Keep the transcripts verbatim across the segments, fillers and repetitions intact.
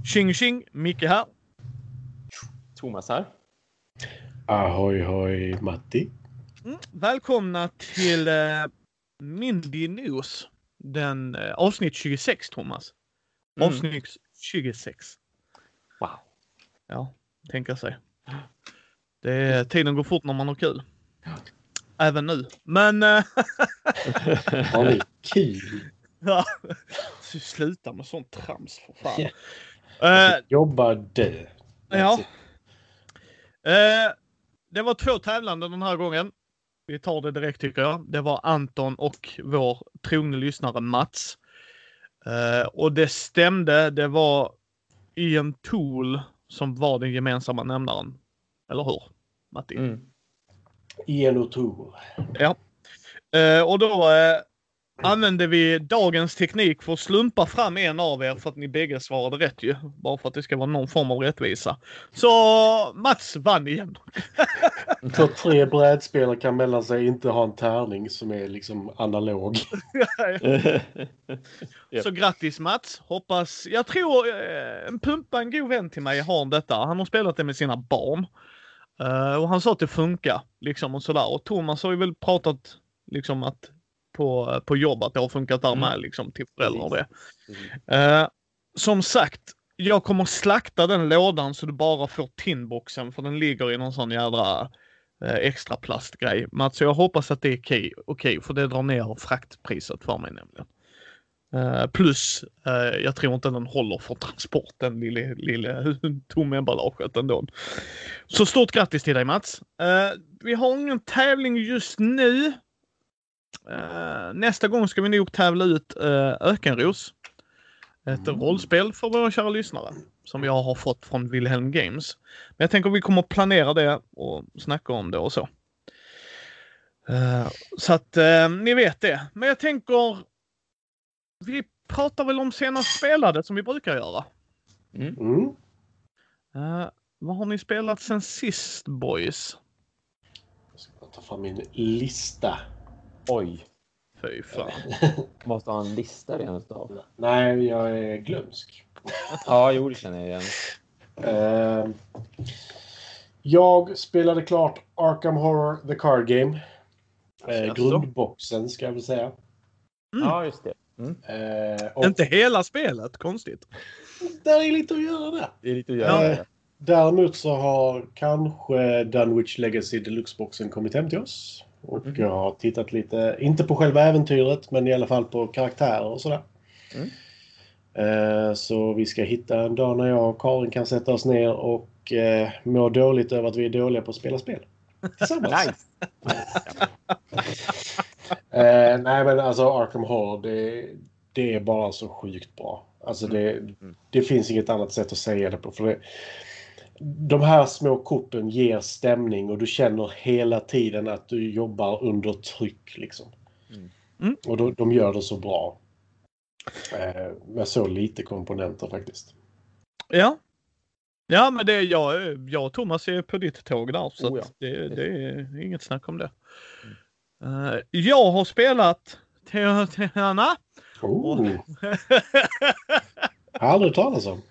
Tjing tjing, Micke här. Thomas här. Ahoy hoj Matti. Mm, välkomna till eh, Mindy News. Den eh, avsnitt tjugosex, Thomas. Mm. Avsnitt tjugosex. Wow. Ja, tänka sig. Det är, tiden går fort när man har kul. Även nu. Men... Eh, Har ni kul? ja, så sluta med sånt trams för fan. Eh, Jobbar du? ja. Eh, det var två tävlande den här gången. Vi tar det direkt tycker jag. Det var Anton och vår trogne lyssnare Mats. Uh, och det stämde. Det var Ian Tool som var den gemensamma nämnaren. Eller hur, Matti? Mm. Ian O'Toole. Ja. Uh, och då uh, använde vi dagens teknik för att slumpa fram en av er för att ni bägge svarade rätt ju. Bara för att det ska vara någon form av rättvisa. Så Mats vann igen. Så tre brädspelare kan mellan sig inte ha en tärning som är liksom analog. Så grattis Mats. Hoppas, jag tror eh, en pumpa, en god vän till mig har detta. Han har spelat det med sina barn. Uh, och han sa att det funkar liksom och sådär. Och Thomas har ju väl pratat liksom att på, på jobb att det har funkat där med liksom till föräldrar och det. Uh, som sagt, jag kommer slakta den lådan så du bara får tinboxen för den ligger i någon sån jädra uh, extra plastgrej. Men alltså jag hoppas att det är okej, okej för det drar ner fraktpriset för mig nämligen. Uh, plus, uh, jag tror inte den håller för transporten, lille, lille tomemballaget ändå. Så stort grattis till dig Mats. Uh, vi har ingen tävling just nu. Uh, nästa gång ska vi nog tävla ut uh, Ökenros. Ett mm. rollspel för våra kära lyssnare. Som jag har fått från Wilhelm Games. Men jag tänker att vi kommer att planera det och snacka om det och så. Uh, så att uh, ni vet det. Men jag tänker... Vi pratar väl om senast spelade som vi brukar göra. Mm. Mm. Uh, vad har ni spelat sen sist, boys? Jag ska ta fram min lista. Oj. Fy fan. Måste ha en lista redan av. Nej, jag är glömsk. Ja, jo, det känner jag igen. Uh, jag spelade klart Arkham Horror The Card Game. Uh, grundboxen ska jag väl säga. Mm. Ja, just det. Mm. Uh, och Inte hela spelet, konstigt. där är lite att göra där. Det är lite att göra. Uh, däremot så har kanske Dunwich Legacy Deluxe-boxen kommit hem till oss. Och mm. jag har tittat lite, inte på själva äventyret, men i alla fall på karaktärer och sådär. Mm. Uh, så vi ska hitta en dag när jag och Karin kan sätta oss ner och uh, må dåligt över att vi är dåliga på att spela spel. Tillsammans. Nice. uh, nej men alltså Arkham Horror, det, det är bara så sjukt bra. Alltså det, mm. det finns inget annat sätt att säga det på. För det, de här små korten ger stämning och du känner hela tiden att du jobbar under tryck liksom. Mm. Mm. Och då, de gör det så bra. Eh, med så lite komponenter faktiskt. Ja. Ja, men det är jag, jag och Thomas är på ditt tåg där. Så oh, ja. det, det är inget snack om det. Mm. Uh, jag har spelat Teotihuacana. Oh. Och... jag har aldrig talat om.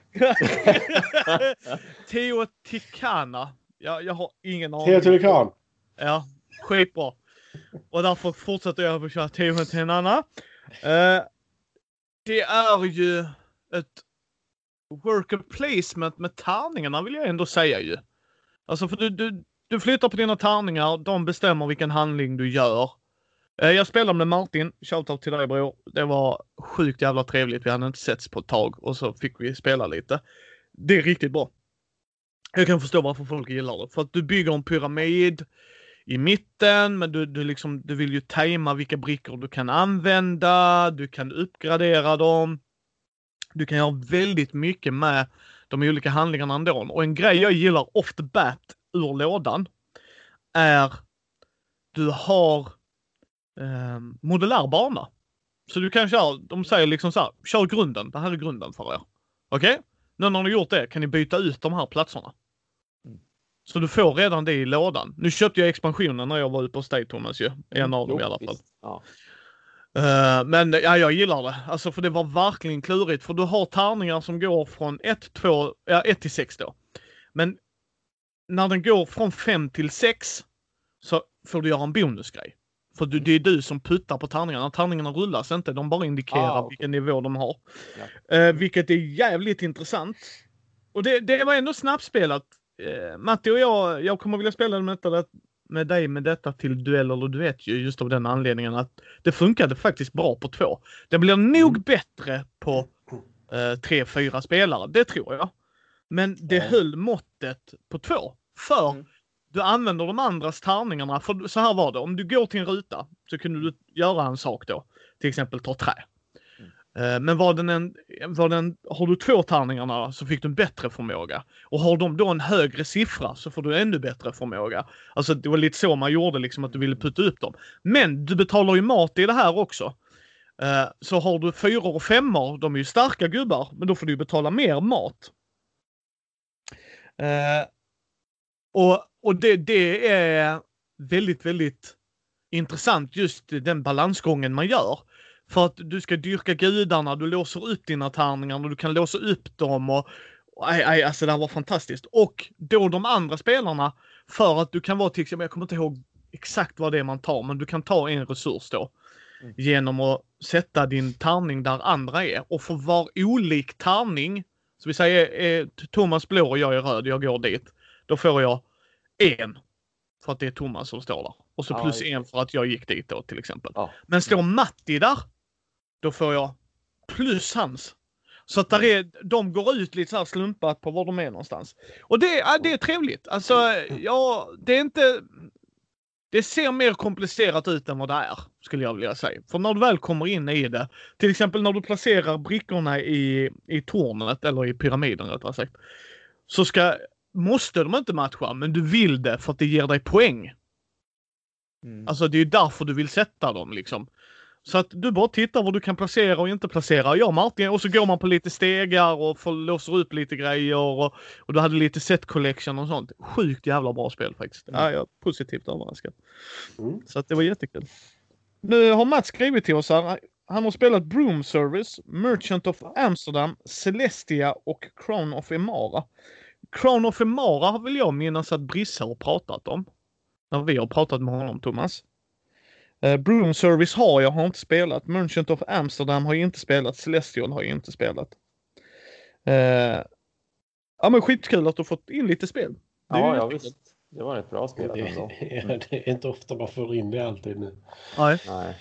Teotihuacana. Jag, jag har ingen aning. Teotihuacan. Ja, skitbra. Och därför fortsätter jag att köra Teotihuacana. Uh, det är ju ett worker placement med tärningarna vill jag ändå säga ju. Alltså för du, du, du flyttar på dina tärningar, de bestämmer vilken handling du gör. Uh, jag spelade med Martin, shoutout till dig bror. Det var sjukt jävla trevligt, vi hade inte setts på ett tag och så fick vi spela lite. Det är riktigt bra. Jag kan förstå varför folk gillar det. För att du bygger en pyramid i mitten, men du, du, liksom, du vill ju tajma vilka brickor du kan använda, du kan uppgradera dem. Du kan göra väldigt mycket med de olika handlingarna ändå. Och en grej jag gillar off the bat ur lådan är du har eh, modulär bana. Så du kan köra, de säger liksom så här, kör grunden, det här är grunden för er. Okej? Okay? Nu när ni gjort det kan ni byta ut de här platserna. Så du får redan det i lådan. Nu köpte jag expansionen när jag var ute på Stay Thomas ju. En av dem i alla fall. Ja. Uh, men ja, jag gillar det. Alltså för det var verkligen klurigt. För du har tärningar som går från ett, två, ja, ett till sex då. Men när den går från fem till sex så får du göra en bonusgrej. För du, det är du som puttar på tärningarna. Tärningarna rullas inte. De bara indikerar ah, okay. vilken nivå de har. Ja. Uh, vilket är jävligt intressant. Och det, det var ändå snabbspelat. Uh, Matti och jag, jag kommer vilja spela med detta, med dig med detta till duell eller du vet ju just av den anledningen att det funkade faktiskt bra på två. Det blir nog mm. bättre på uh, tre, fyra spelare. Det tror jag. Men det mm. höll måttet på två. För mm. du använder de andras tärningarna. För så här var det. Om du går till en ruta så kunde du göra en sak då. Till exempel ta trä. Mm. Men var den en, var den, har du två tärningarna så fick du en bättre förmåga. Och har de då en högre siffra så får du ännu bättre förmåga. Alltså det var lite så man gjorde liksom att du ville putta upp dem. Men du betalar ju mat i det här också. Så har du fyror och femmor, de är ju starka gubbar. Men då får du ju betala mer mat. Och, och det, det är väldigt, väldigt intressant just den balansgången man gör. För att du ska dyrka gudarna, du låser upp dina tärningar och du kan låsa upp dem och aj, aj, alltså det här var fantastiskt. Och då de andra spelarna, för att du kan vara till exempel, jag kommer inte ihåg exakt vad det är man tar, men du kan ta en resurs då. Mm. Genom att sätta din tärning där andra är. Och för var olik tärning, så vi säger är Thomas blå och jag är röd, jag går dit. Då får jag en. För att det är Thomas som står där. Och så ja, plus en för att jag gick dit då till exempel. Ja. Men står Matti där, då får jag plus hans. Så att där är, de går ut lite så här slumpat på var de är någonstans. Och det, ja, det är trevligt. Alltså, ja, det är inte... Det ser mer komplicerat ut än vad det är, skulle jag vilja säga. För när du väl kommer in i det, till exempel när du placerar brickorna i, i tornet, eller i pyramiden rättare sagt, så ska, måste de inte matcha, men du vill det för att det ger dig poäng. Mm. Alltså det är ju därför du vill sätta dem liksom. Så att du bara tittar vad du kan placera och inte placera. Ja, Martin, och så går man på lite stegar och får låser upp lite grejer och, och du hade lite set collection och sånt. Sjukt jävla bra spel faktiskt. Mm. Ja, jag är positivt överraskad. Mm. Så att det var jättekul. Nu har Mats skrivit till oss här. Han har spelat Broom Service, Merchant of Amsterdam, Celestia och Crown of Emara. Crown of Emara har väl jag minnas att Brisse har pratat om. När vi har pratat med honom, Thomas. Uh, Broom Service har jag har inte spelat. Merchant of Amsterdam har jag inte spelat. Celestial har jag inte spelat. Uh, ja men skitkul att du fått in lite spel. Det ja, ja visst. Det var ett bra spel. Det, ändå. Ja, det är inte ofta man får in det alltid nu. Nej. Nej.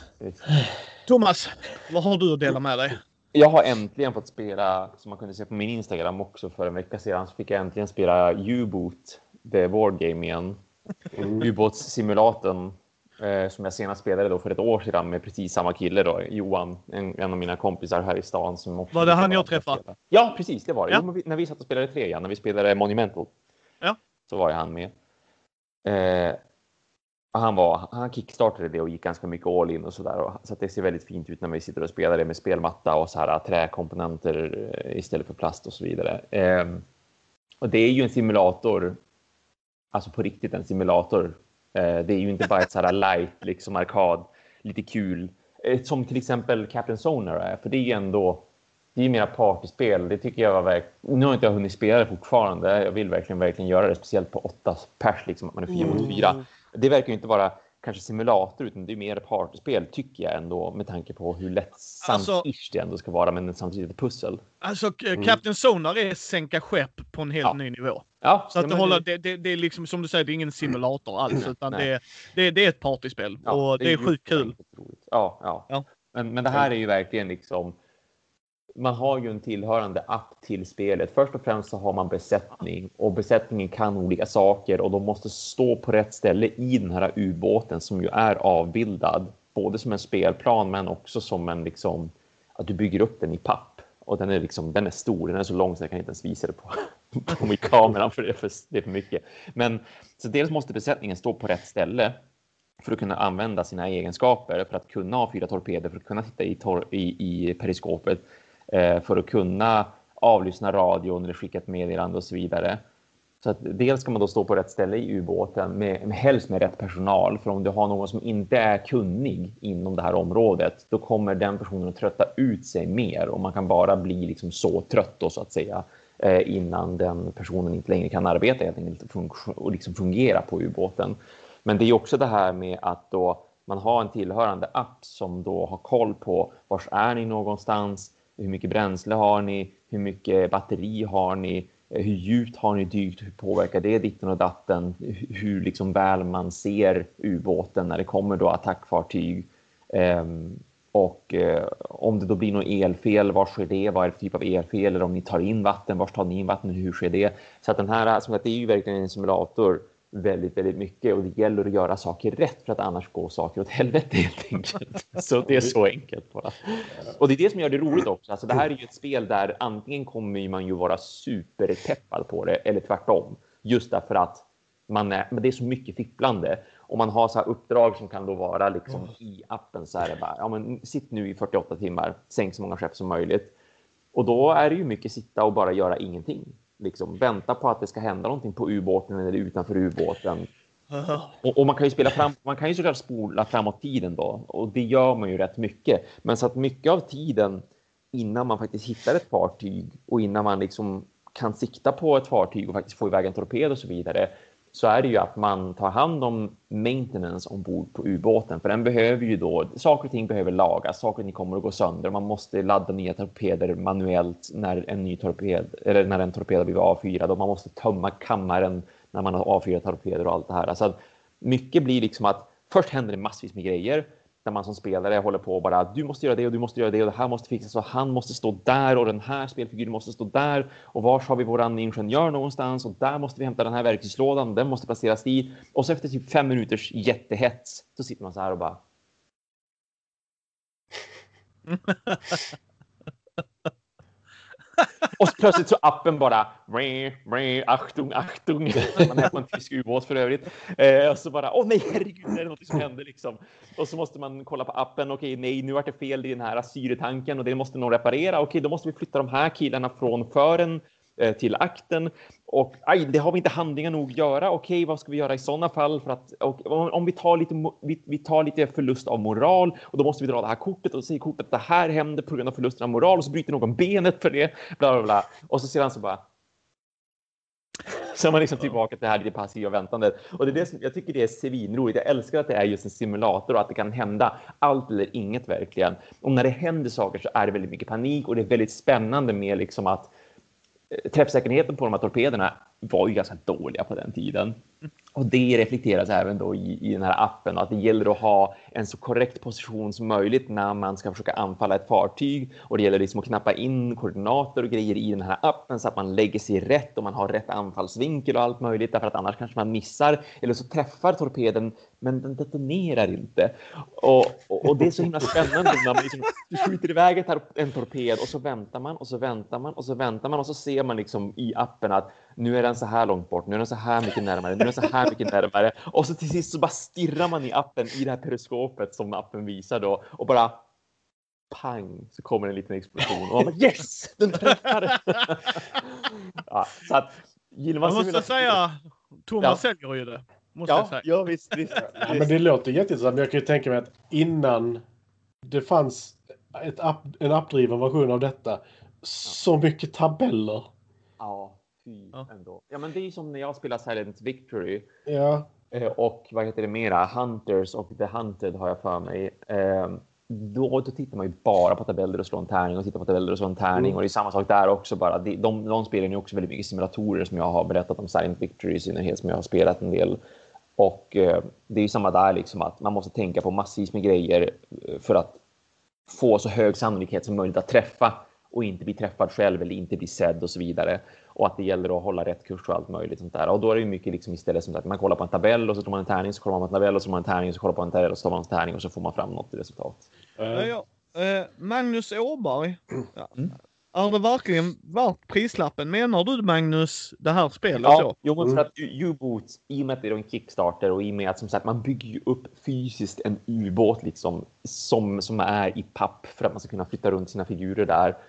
Thomas, vad har du att dela med dig? Jag har äntligen fått spela, som man kunde se på min Instagram också för en vecka sedan, så fick jag äntligen spela U-Boot, The Board Game igen. Mm. U-båtssimulatorn. Eh, som jag senast spelade då för ett år sedan med precis samma kille då, Johan, en, en av mina kompisar här i stan. Som också var det han jag träffade? Ja, precis, det var det. Ja. Jo, vi, när vi satt och spelade tre igen, när vi spelade Monumental. Ja. Så var ju han med. Eh, han, var, han kickstartade det och gick ganska mycket all in och sådär. Så att det ser väldigt fint ut när vi sitter och spelar det med spelmatta och så här träkomponenter eh, istället för plast och så vidare. Eh, och det är ju en simulator, alltså på riktigt en simulator. Det är ju inte bara ett sådär light, liksom arkad, lite kul. Som till exempel Captain Sonar är. För det är ju ändå, det är ju mera partyspel. Det tycker jag var verkligen, nu har inte jag hunnit spela det fortfarande. Jag vill verkligen, verkligen göra det. Speciellt på åtta pers, liksom, att man är fyra mot fyra. Det verkar ju inte vara kanske simulator, utan det är mer partyspel, tycker jag ändå. Med tanke på hur lättsamt alltså, det ändå ska vara, men samtidigt ett pussel. Alltså, mm. Captain Sonar är sänka skepp på en helt ja. ny nivå. Ja, så att det, håller, det, det, det är liksom som du säger, det är ingen simulator alls, utan det, det, det är ett partyspel. Ja, och det, det är, är sjukt kul. Ja, ja. ja. Men, men det här är ju verkligen liksom, man har ju en tillhörande app till spelet. Först och främst så har man besättning, och besättningen kan olika saker och de måste stå på rätt ställe i den här ubåten som ju är avbildad, både som en spelplan men också som en liksom, att du bygger upp den i papp. Och den är liksom, den är stor, den är så lång så jag kan inte ens visa det på, på min kamera för det är för, det är för mycket. Men så dels måste besättningen stå på rätt ställe för att kunna använda sina egenskaper, för att kunna ha fyra torpeder, för att kunna titta i, tor- i, i periskopet, eh, för att kunna avlyssna radion eller skicka ett meddelande och så vidare. Så att dels ska man då stå på rätt ställe i ubåten med, med helst med rätt personal. För om du har någon som inte är kunnig inom det här området, då kommer den personen att trötta ut sig mer. Och man kan bara bli liksom så trött då, så att säga, eh, innan den personen inte längre kan arbeta helt enkelt och liksom fungera på ubåten. Men det är också det här med att då man har en tillhörande app som då har koll på vars är ni någonstans, hur mycket bränsle har ni, hur mycket batteri har ni, hur djupt har ni dykt, hur påverkar det ditten och datten, hur liksom väl man ser ubåten när det kommer då attackfartyg. Um, och uh, om det då blir något elfel, var sker det, vad är det för typ av elfel, eller om ni tar in vatten, var tar ni in vatten, hur sker det? Så att den här, som att det är ju verkligen en simulator väldigt, väldigt mycket, och det gäller att göra saker rätt för att annars går saker åt helvete helt enkelt. Så det är så enkelt bara. Och det är det som gör det roligt också. Alltså det här är ju ett spel där antingen kommer man ju vara superpeppad på det, eller tvärtom. Just därför att man är, men det är så mycket fipplande. Och man har så här uppdrag som kan då vara liksom i appen så här bara, ja men sitt nu i fyrtioåtta timmar, sänk så många skepp som möjligt. Och då är det ju mycket sitta och bara göra ingenting. Liksom vänta på att det ska hända någonting på ubåten eller utanför ubåten. Och, och man kan ju spela fram, man kan ju såklart spola framåt tiden då, och det gör man ju rätt mycket. Men så att mycket av tiden innan man faktiskt hittar ett fartyg och innan man liksom kan sikta på ett fartyg och faktiskt få iväg en torped och så vidare, så är det ju att man tar hand om maintenance ombord på ubåten. För den behöver ju då, saker och ting behöver lagas, saker och ting kommer att gå sönder. Man måste ladda nya torpeder manuellt när en ny torped, eller när en torped blir avfyrad. Och man måste tömma kammaren när man har avfyrat torpeder och allt det här. Alltså mycket blir liksom att först händer det massvis med grejer. Där man som spelare håller på och bara, du måste göra det och du måste göra det och det här måste fixas och han måste stå där och den här spelfiguren måste stå där och var har vi våran ingenjör någonstans och där måste vi hämta den här verktygslådan, den måste placeras dit. Och så efter typ fem minuters jättehets så sitter man så här och bara och så plötsligt så appen bara bre, bre, achtung, achtung. Man är på en tysk ubåt för övrigt. Eh, och så bara, åh nej, herregud, det är något som händer liksom. Och så måste man kolla på appen. Okej, nej, nu är det fel i den här syretanken och det måste någon reparera. Okej, då måste vi flytta de här killarna från fören eh, till akten. Och aj, det har vi inte handlingar nog att göra. Okej, vad ska vi göra i sådana fall? För att, och, om vi tar, lite, vi, vi tar lite förlust av moral och då måste vi dra det här kortet och säga kortet att det här händer på grund av förlusten av moral och så bryter någon benet för det. Bla, bla, bla. Och så sedan så bara så är man liksom tillbaka till det här lite passiva väntandet. Och det är det som jag tycker det är svinroligt. Jag älskar att det är just en simulator och att det kan hända allt eller inget verkligen. Och när det händer saker så är det väldigt mycket panik och det är väldigt spännande med liksom att träffsäkerheten på de här torpederna var ju ganska dåliga på den tiden. Och det reflekteras även då i, i den här appen. Att det gäller att ha en så korrekt position som möjligt när man ska försöka anfalla ett fartyg. Och det gäller liksom att knappa in koordinater och grejer i den här appen så att man lägger sig rätt och man har rätt anfallsvinkel och allt möjligt. Därför att annars kanske man missar. Eller så träffar torpeden men den detonerar inte. Och, och, och det är så himla spännande när man liksom, du skjuter iväg en torped och så väntar man och så väntar man och så väntar man och så ser man liksom i appen att nu är den så här långt bort, nu är den så här mycket närmare, nu är den så här mycket närmare. Och så till sist så bara stirrar man i appen, i det här periskopet som appen visar då. Och bara pang, så kommer en liten explosion. Och man bara, yes! Den träffade! Ja, så att gillar man jag måste säga, Thomas ja. säljer ju det. Måste ja, jag säga. ja, visst, visst, visst. Ja, men det låter jätteintressant. Men jag kan ju tänka mig att innan det fanns ett app, en appdriven version av detta, så mycket tabeller. Ja. Ja. Ändå. Ja, men det är ju som när jag spelar Silent Victory. Ja. Och vad heter det mera? Hunters och The Hunted har jag för mig. Då, då tittar man ju bara på tabeller och slår en tärning och tittar på tabeller och slår en tärning. Mm. Och det är samma sak där också. Bara. De, de, de spelar ju också väldigt mycket simulatorer som jag har berättat om Silent Victory i synnerhet som jag har spelat en del. Och eh, det är ju samma där liksom att man måste tänka på massvis med grejer för att få så hög sannolikhet som möjligt att träffa och inte bli träffad själv eller inte bli sedd och så vidare. Och att det gäller att hålla rätt kurs och allt möjligt sånt där. Och då är det ju mycket liksom istället som att man kollar på en tabell och så tar man en tärning, så kollar man på en tabell och så tar man en tärning och så kollar man på en tabell och så tar man en tärning och så får man fram något resultat. Uh. Ja, uh, Magnus Åberg. Ja. Mm. Är det verkligen värt prislappen? Menar du, Magnus, det här spelet? Ja, så? Jo, men för att U-boot, i och med att det är en Kickstarter och i och med att som sagt, man bygger ju upp fysiskt en ubåt liksom, som, som är i papp för att man ska kunna flytta runt sina figurer där.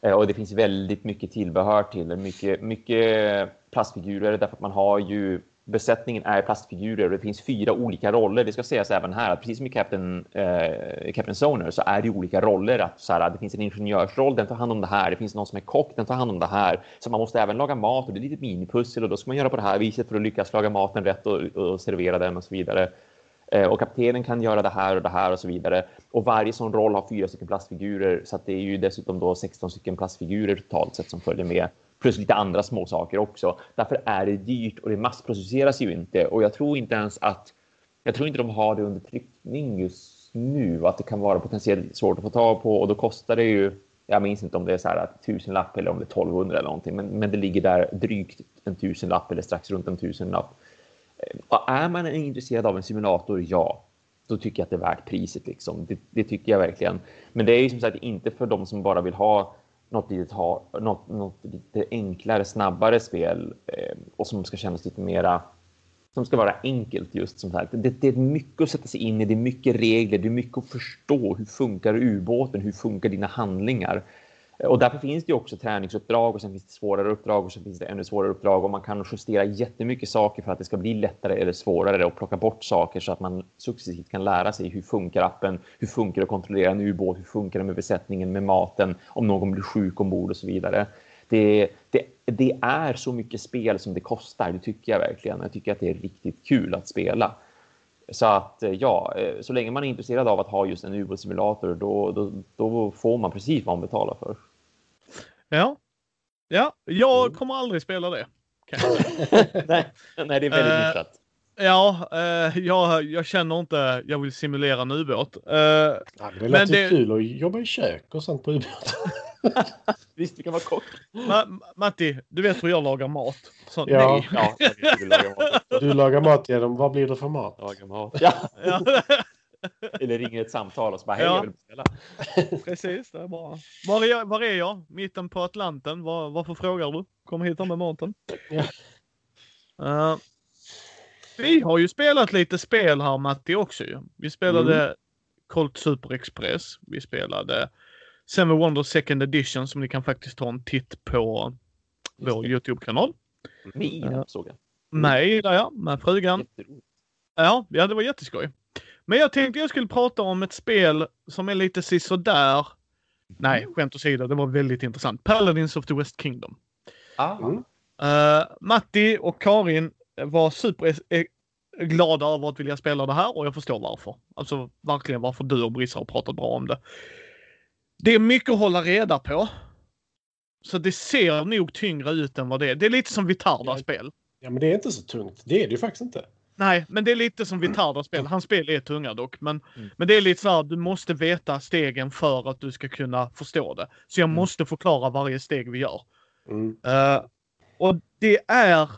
Och det finns väldigt mycket tillbehör till det. Mycket, mycket plastfigurer därför att man har ju besättningen är plastfigurer och det finns fyra olika roller. Det ska sägas även här att precis som i Captain, eh, Captain Sonar så är det olika roller. Att, så här, det finns en ingenjörsroll, den tar hand om det här. Det finns någon som är kock, den tar hand om det här. Så man måste även laga mat och det är lite minipussel och då ska man göra på det här viset för att lyckas laga maten rätt och, och servera den och så vidare. Eh, och kaptenen kan göra det här och det här och så vidare. Och varje sån roll har fyra stycken plastfigurer så att det är ju dessutom då sexton stycken plastfigurer totalt sett som följer med. Plus lite andra små saker också. Därför är det dyrt och det massproduceras ju inte. Och jag tror inte ens att... Jag tror inte de har det under tryckning just nu. Att det kan vara potentiellt svårt att få tag på. Och då kostar det ju... Jag minns inte om det är så här tusenlapp eller om det är tolvhundra eller någonting. Men, men det ligger där drygt en tusenlapp eller strax runt en tusenlapp. Och är man intresserad av en simulator, ja. Då tycker jag att det är värt priset liksom. Det, det tycker jag verkligen. Men det är ju som sagt inte för de som bara vill ha... Något lite, ha, något, något lite enklare, snabbare spel eh, och som ska kännas lite mera som ska vara enkelt just som sagt. Det, det är mycket att sätta sig in i, det är mycket regler, det är mycket att förstå hur funkar ubåten, hur funkar dina handlingar. Och därför finns det ju också träningsuppdrag och sen finns det svårare uppdrag och sen finns det ännu svårare uppdrag och man kan justera jättemycket saker för att det ska bli lättare eller svårare och plocka bort saker så att man successivt kan lära sig hur funkar appen, hur funkar det att kontrollera en ubåt, hur funkar det med besättningen, med maten, om någon blir sjuk ombord och så vidare. Det, det, det är så mycket spel som det kostar, det tycker jag verkligen. Jag tycker att det är riktigt kul att spela. Så att ja, så länge man är intresserad av att ha just en ubåtssimulator då, då, då får man precis vad man betalar för. Ja, ja jag kommer aldrig spela det. nej, nej, det är väldigt uh, nischat. Ja, uh, jag, jag känner inte jag vill simulera en ubåt. Uh, ja, det låter det... kul att jobba i kök och sånt på ubåt. Visst, du kan vara kock. Ma- Matti, du vet hur jag lagar mat. Så, ja. Nej. ja jag vet, du lagar mat. Du lagar mat genom, vad blir det för mat? Lagar mat. Ja. ja. Eller ringer ett samtal och så bara, hej, ja. jag vill beställa. Precis, det är bra. Var är jag? Var är jag? Mitten på Atlanten. Var, varför frågar du? Kom hit med maten. Ja. Uh, vi har ju spelat lite spel här, Matti, också ju. Vi spelade mm. Colt Super Express. Vi spelade Seven Wonders Second Edition som ni kan faktiskt ta en titt på vår YouTube-kanal. Med såg jag. Med, där ja, med frugan. Ja, ja, det var jätteskoj. Men jag tänkte jag skulle prata om ett spel som är lite sisådär. Nej, skämt åsido, det var väldigt intressant. Paladins of the West Kingdom. Ah. Uh, Matti och Karin var super glada över att vilja spela det här och jag förstår varför. Alltså verkligen varför du och Brissa har pratat bra om det. Det är mycket att hålla reda på. Så det ser nog tyngre ut än vad det är. Det är lite som Vitarda-spel. Ja, men det är inte så tungt. Det är det ju faktiskt inte. Nej, men det är lite som Vitarda-spel. Hans spel är tunga dock. Men, mm. men det är lite så här, du måste veta stegen för att du ska kunna förstå det. Så jag mm. måste förklara varje steg vi gör. Mm. Uh, och det är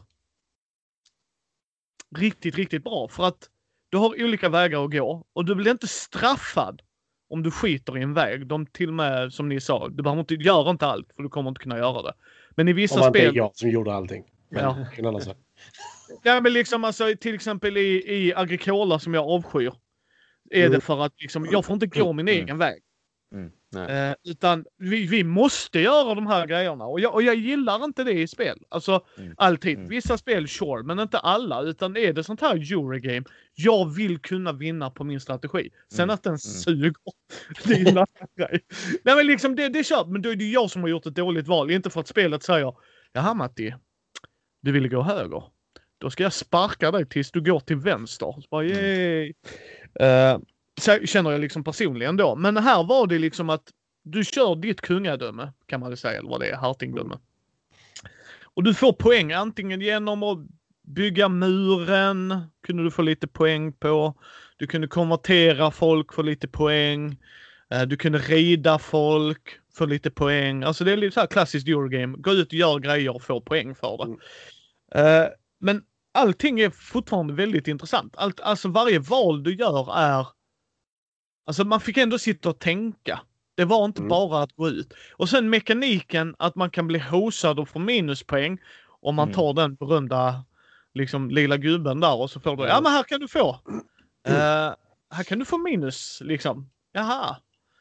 riktigt, riktigt bra. För att du har olika vägar att gå. Och du blir inte straffad om du skiter i en väg. De till och med, som ni sa, du behöver inte göra inte allt. För du kommer inte kunna göra det. Men i vissa om man spel... Om jag som gjorde allting. Men, ja. En annan sak. Ja, men liksom alltså, till exempel i, i Agricola som jag avskyr. Är mm. det för att liksom, jag får inte gå min mm. egen väg. Mm. Eh, utan vi, vi måste göra de här grejerna. Och jag, och jag gillar inte det i spel. Alltså mm. alltid. Mm. Vissa spel, sure. Men inte alla. Utan är det sånt här Eurogame. Jag vill kunna vinna på min strategi. Sen mm. att den suger. Det är en annan grej. Nej men liksom det, det är kört. Men då är det jag som har gjort ett dåligt val. Inte för att spelet säger. Jaha Matti. Du ville gå höger. Då ska jag sparka dig tills du går till vänster. Så bara, yay. Uh, så känner jag liksom personligen då. Men här var det liksom att du kör ditt kungadöme, kan man väl säga. Eller vad det är, hertigdöme. Och du får poäng antingen genom att bygga muren. Kunde du få lite poäng på. Du kunde konvertera folk för lite poäng. Uh, du kunde rida folk för lite poäng. Alltså det är lite så här klassiskt Eurogame. Gå ut och gör grejer och få poäng för det. Uh, Men allting är fortfarande väldigt intressant. Allt, alltså varje val du gör är... Alltså man fick ändå sitta och tänka. Det var inte mm. bara att gå ut. Och sen mekaniken att man kan bli hosad och få minuspoäng. Om man mm. tar den berömda liksom, lilla gubben där och så får du... Ja men här kan du få. Mm. Uh, här kan du få minus liksom. Jaha.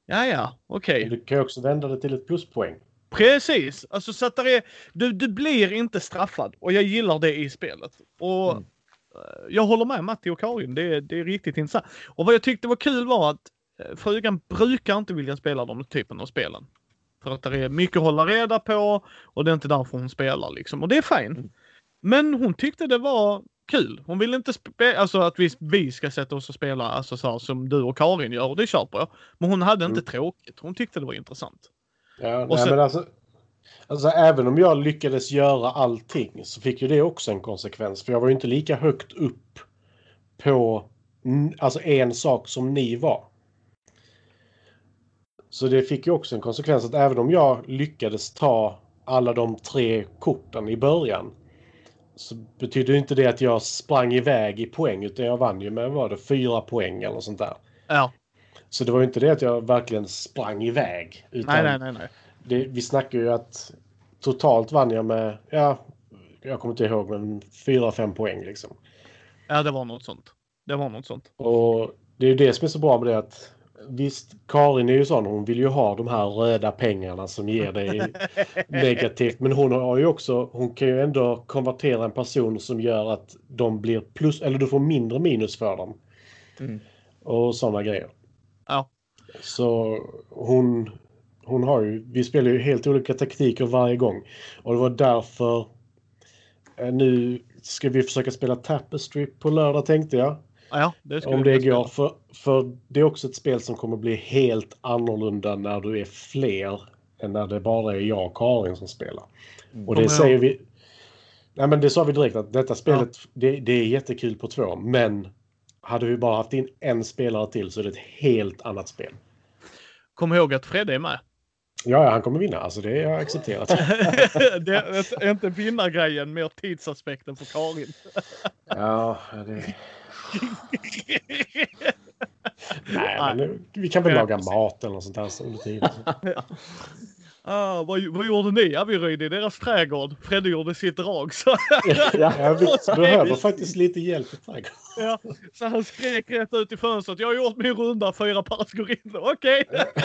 Ja, ja, okej. Men du kan ju också vända det till ett pluspoäng. Precis, alltså så att det är, du, du blir inte straffad och jag gillar det i spelet. Och Mm. jag håller med Matti och Karin, det, är- det är riktigt intressant. Och vad jag tyckte var kul var att eh, frugan brukar inte vilja spela de typen av spelen. För att det är mycket att hålla reda på och det är inte därför hon spelar liksom. Och det är fine. Mm. Men hon tyckte det var kul. Hon ville inte spela, alltså att vi, vi ska sätta oss och spela alltså så här, som du och Karin gör, och det köper jag. Men hon hade inte Mm. tråkigt, hon tyckte det var intressant. Ja, Och nej, sen- men alltså, alltså även om jag lyckades göra allting så fick ju det också en konsekvens. För jag var ju inte lika högt upp på mm, alltså en sak som ni var. Så det fick ju också en konsekvens att även om jag lyckades ta alla de tre korten i början så betyder inte det att jag sprang iväg i poäng, utan jag vann ju med, var det, fyra poäng eller sånt där. Ja, Så det var ju inte det att jag verkligen sprang iväg. Utan nej, nej, nej, nej. Det, vi snackar ju att totalt vann jag med, ja, jag kommer inte ihåg, men fyra, fem poäng liksom. Ja, det var något sånt. Det var något sånt. Och det är ju det som är så bra med det att visst, Karin är ju sån, hon vill ju ha de här röda pengarna som ger dig negativt. Men hon har ju också, hon kan ju ändå konvertera en person som gör att de blir plus, eller du får mindre minus för dem. Mm. Och sådana grejer. Ja. Så hon, hon har ju, vi spelar ju helt olika taktiker varje gång. Och det var därför eh, nu ska vi försöka spela Tapestry på lördag, tänkte jag. Ja, det skulle Om vi det spela. går, för, för det är också ett spel som kommer bli helt annorlunda när du är fler än när det bara är jag och Karin som spelar. Mm. Och det Kommer säger jag- vi... Nej, men det sa vi direkt att detta spelet, det, det är jättekul på två, men hade vi bara haft in en spelare till så är det ett helt annat spel. Kom ihåg att Fredde är med. Ja, ja, han kommer vinna. Alltså det är jag accepterat. Det är inte vinnargrejen, mer tidsaspekten för Karin. Ja, det... Nej, men vi kan väl Ja, laga precis. mat eller något sånt här under tiden. Ah, vad, vad gjorde ni? Ja, vi röjde i deras trädgård. Fredde gjorde sitt drag. Så, Ja, vi behöver faktiskt lite hjälp i trädgården. ja, så han skrek rätt ut i fönstret. Jag har gjort min runda, fyra pers går in. Okej.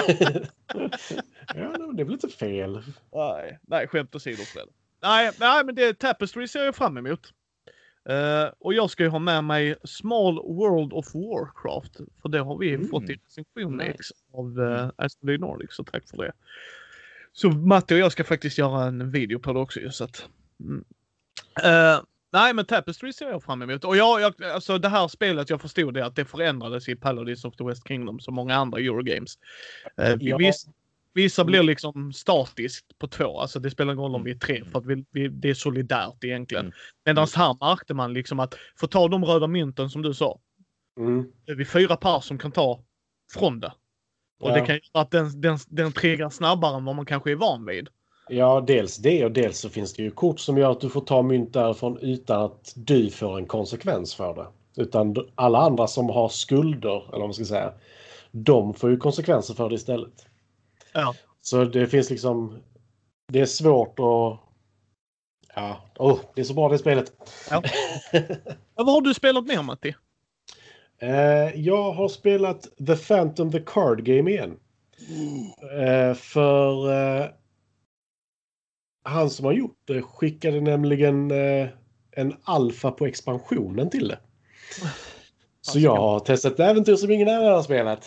Ja, det är väl inte fel. Nej, nej, skämt åsido, Fredde. Nej, nej, men det Tapestry ser jag fram emot. Uh, och jag ska ju ha med mig Small World of Warcraft. För det har vi Mm. fått i recension Nice. X av uh, Asmodee Nordic, så tack för det. Så Matti och jag ska faktiskt göra en video på det också. Så att, mm. uh, nej, men Tapestry ser jag fram emot. Och jag, jag, alltså det här spelet, jag förstod det att det förändrades i Paladins of the West Kingdom som många andra Eurogames. Uh, Ja. viss, vissa blir liksom statiskt på två. Alltså det spelar ingen roll om vi är tre, för att vi, vi, det är solitärt egentligen. Mm. Medan här märkte man liksom att få ta de röda mynten som du sa. Mm. Det är vi fyra par som kan ta från det. Och Ja. det kan göra att den, den, den triggar snabbare än vad man kanske är van vid. Ja, dels det och dels så finns det ju kort som gör att du får ta mynt därifrån utan att du får en konsekvens för det. Utan alla andra som har skulder, eller vad man ska säga, de får ju konsekvenser för det istället. Ja. Så det finns liksom, det är svårt att... Ja, oh, det är så bra det spelet. Ja. Ja, vad har du spelat mer, Matti? Eh, jag har spelat The Phantom the Card Game igen. Eh, för eh, han som har gjort det skickade nämligen eh, en alfa på expansionen till det. Så jag har testat ett äventyr som ingen annan har spelat.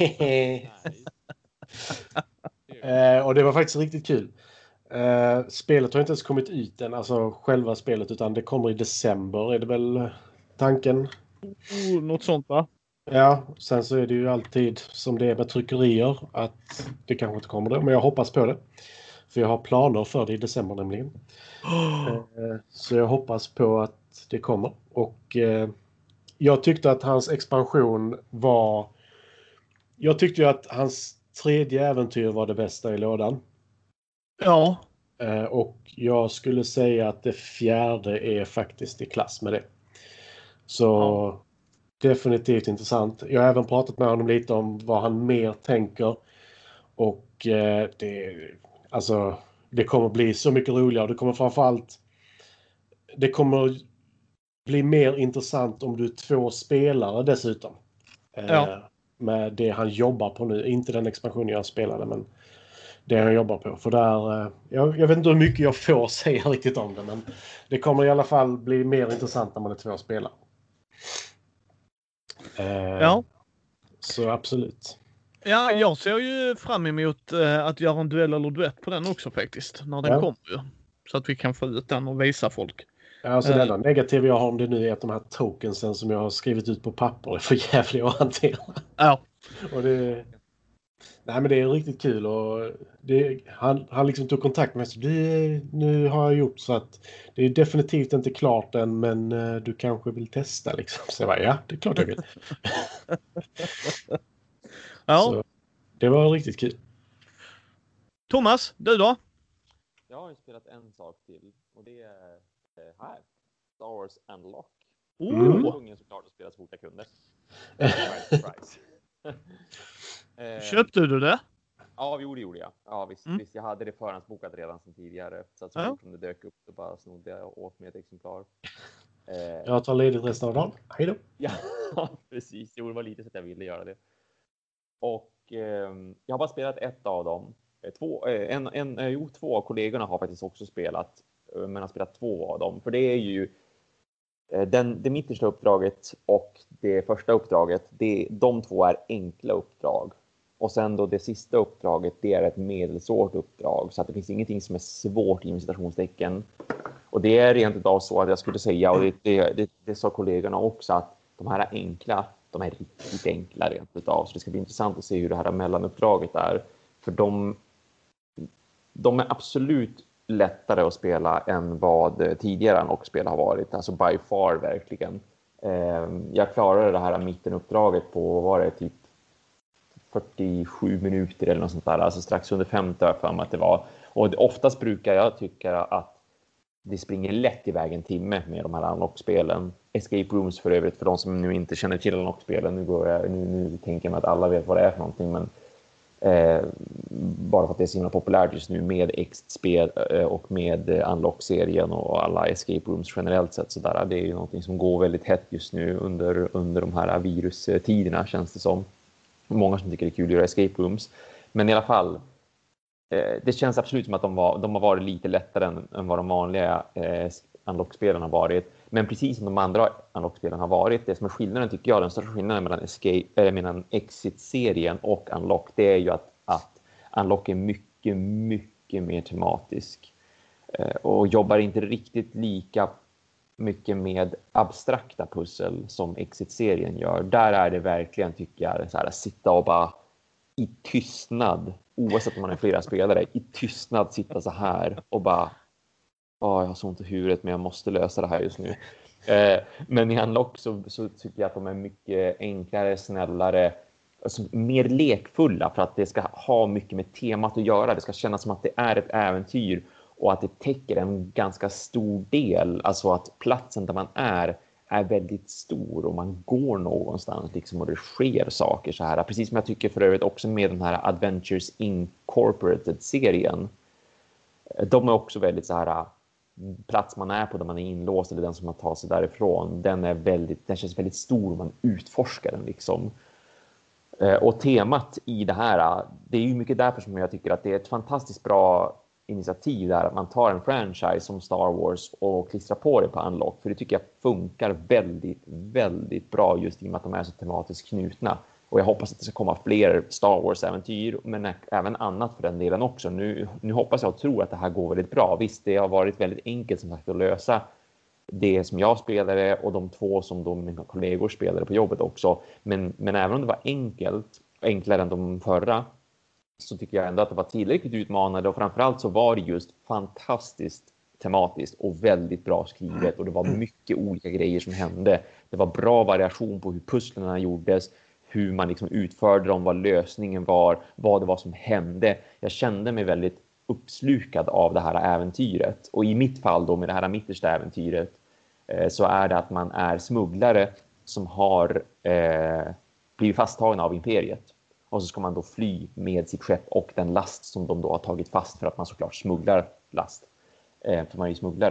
eh, och det var faktiskt riktigt kul. Eh, spelet har inte ens kommit ut än, alltså själva spelet, utan det kommer i december är det väl tanken. Oh, något sånt, va? Ja, sen så är det ju alltid som det är med tryckerier att det kanske inte kommer det, men jag hoppas på det. För jag har planer för det i december nämligen. Eh, så jag hoppas på att det kommer. Och eh, jag tyckte att hans expansion var... Jag tyckte ju att hans tredje äventyr var det bästa i lådan. Ja. Eh, och jag skulle säga att det fjärde är faktiskt i klass med det. Så Ja. definitivt intressant. Jag har även pratat med honom lite om vad han mer tänker. Och eh, det, alltså, det kommer bli så mycket roligare. Det kommer framförallt... Det kommer bli mer intressant om du är två spelare dessutom. Eh, Ja. med det han jobbar på nu. Inte den expansionen jag spelade, men det han jobbar på. För där, jag, jag vet inte hur mycket jag får säga riktigt om det, men det kommer i alla fall bli mer intressant när man är två spelare. Eh, Ja. Så absolut. Ja, jag ser ju fram emot eh, att göra en duell eller duett på den också faktiskt. När den Ja. kommer ju. Så att vi kan få ut den och visa folk. Alltså Eh. det enda negativa jag har om det nu är att de här tokensen som jag har skrivit ut på papper är för jävliga att hantera. Ja. Och det, nej men det är riktigt kul och det, han, han liksom tog kontakt med mig så du, nu har jag gjort så att det är definitivt inte klart än men uh, du kanske vill testa liksom. Så jag bara, ja det är klart jag vill. Ja. Så det var riktigt kul. Thomas, du då? Jag har ju spelat en sak till och det är eh, här. Star Wars Unlock. Oh. Mm. Jag var ungen såklart att spela så fort jag kunde. Surprise, surprise. eh, Köpte du det? Ja, jo, det gjorde jag. Ja, visst, Mm. visst, jag hade det förhandsbokat redan sedan tidigare. Så att så Ja. fort som det dök upp så bara snodde jag åt med ett exemplar. Eh, Jag tar ledigt resten av dagen. Hej då. Ja, precis. Jo, det var lite så att jag ville göra det. Och eh, jag har bara spelat ett av dem. Två, eh, en, en, eh, jo, två av kollegorna har faktiskt också spelat. Eh, men har spelat två av dem. För det är ju eh, den, det mittersta uppdraget och det första uppdraget. Det, de två är enkla uppdrag. Och sen då det sista uppdraget, det är ett medelsvårt uppdrag. Så att det finns ingenting som är svårt i citationstecken. Och det är rent utav så att jag skulle säga, och det, det, det, det sa kollegorna också, att de här enkla, de är riktigt enkla rent utav. Så det ska bli intressant att se hur det här mellanuppdraget är. För de, de är absolut lättare att spela än vad tidigare Unlock-spel har varit. Alltså by far verkligen. Jag klarade det här mittenuppdraget på, vad var det, typ fyrtiosju minuter eller något sånt där. Alltså strax under femtio har jag för mig att det var. Och oftast brukar jag tycka att det springer lätt iväg en timme med de här Unlock-spelen. Escape Rooms för övrigt, för de som nu inte känner till Unlock-spelen. Nu, går jag, nu, nu tänker jag mig att alla vet vad det är för någonting. Men eh, bara för att det är så himla populärt just nu med Exit-spel eh, och med Unlock-serien och alla Escape Rooms generellt sett. Så där, det är ju någonting som går väldigt hett just nu under, under de här virustiderna, känns det som. Många som tycker det är kul att göra Escape Rooms. Men i alla fall, eh, det känns absolut som att de, var, de har varit lite lättare än, än vad de vanliga eh, Unlock-spelen har varit. Men precis som de andra Unlock-spelen har varit, det som är skillnaden tycker jag, den största skillnaden mellan, Escape, äh, mellan Exit-serien och Unlock, det är ju att, att Unlock är mycket, mycket mer tematisk. Eh, och jobbar inte riktigt lika mycket med abstrakta pussel som Exit-serien gör. Där är det verkligen, tycker jag, så här, sitta och bara i tystnad, oavsett om man är flera spelare, i tystnad sitta så här och bara, åh, jag har så ont i huvudet men jag måste lösa det här just nu. Eh, men i Unlock så, så tycker jag att de är mycket enklare, snällare, alltså mer lekfulla, för att det ska ha mycket med temat att göra. Det ska kännas som att det är ett äventyr och att det täcker en ganska stor del, alltså att platsen där man är är väldigt stor och man går någonstans liksom, och det sker saker så här. Precis som jag tycker för övrigt också med den här Adventures Incorporated-serien. De är också väldigt så här, plats man är på där man är inlåst eller den som man tar sig därifrån, den är väldigt, den känns väldigt stor och man utforskar den liksom. Och temat i det här, det är ju mycket därför som jag tycker att det är ett fantastiskt bra initiativ där att man tar en franchise som Star Wars och klistrar på det på Unlock, för det tycker jag funkar väldigt, väldigt bra just i och med att de är så tematiskt knutna. Och jag hoppas att det ska komma fler Star Wars-äventyr, men även annat för den delen också. Nu, nu hoppas jag och tror att det här går väldigt bra. Visst, det har varit väldigt enkelt som sagt att lösa det som jag spelade och de två som då mina kollegor spelade på jobbet också. Men, men även om det var enkelt, enklare än de förra, så tycker jag ändå att det var tillräckligt utmanande, och framförallt så var det just fantastiskt tematiskt och väldigt bra skrivet, och det var mycket olika grejer som hände. Det var bra variation på hur pusslerna gjordes, hur man liksom utförde dem, vad lösningen var, vad det var som hände. Jag kände mig väldigt uppslukad av det här äventyret. Och i mitt fall då med det här mittersta äventyret eh, så är det att man är smugglare som har eh, blivit fasttagna av imperiet. Och så ska man då fly med sitt skepp och den last som de då har tagit fast, för att man såklart smugglar last. Eh, för man är ju smugglare.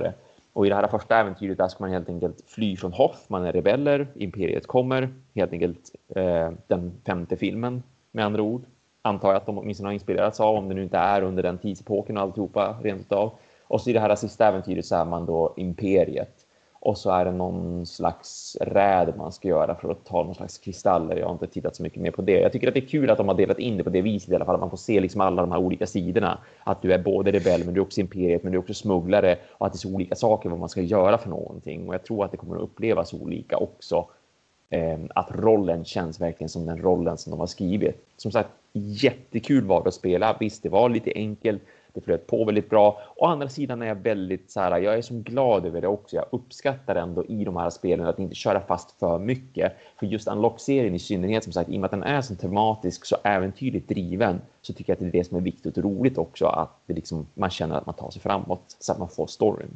Och i det här första äventyret där ska man helt enkelt fly från Hoth. Man är rebeller, imperiet kommer. Helt enkelt eh, den femte filmen med andra ord. Antar jag att de åtminstone har inspirerats av, om det nu inte är under den tidsepoken och alltihopa rent av. Och så i det här sista äventyret så är man då imperiet. Och så är det någon slags räd man ska göra för att ta någon slags kristaller. Jag har inte tittat så mycket mer på det. Jag tycker att det är kul att de har delat in det på det viset i alla fall. Att man får se liksom alla de här olika sidorna. Att du är både rebell, men du är också imperiet, men du är också smugglare. Och att det är så olika saker vad man ska göra för någonting. Och jag tror att det kommer att upplevas olika också. Eh, att rollen känns verkligen som den rollen som de har skrivit. Som sagt, jättekul var det att spela. Visst, det var lite enkelt. Det flöt på väldigt bra. Å andra sidan är jag väldigt så här, jag är så glad över det också. Jag uppskattar ändå i de här spelen att inte köra fast för mycket. För just Unlock-serien i synnerhet, som sagt, i och med att den är så tematisk, så äventyrligt driven, så tycker jag att det är det som är viktigt och roligt också. Att det liksom, man känner att man tar sig framåt så att man får storyn.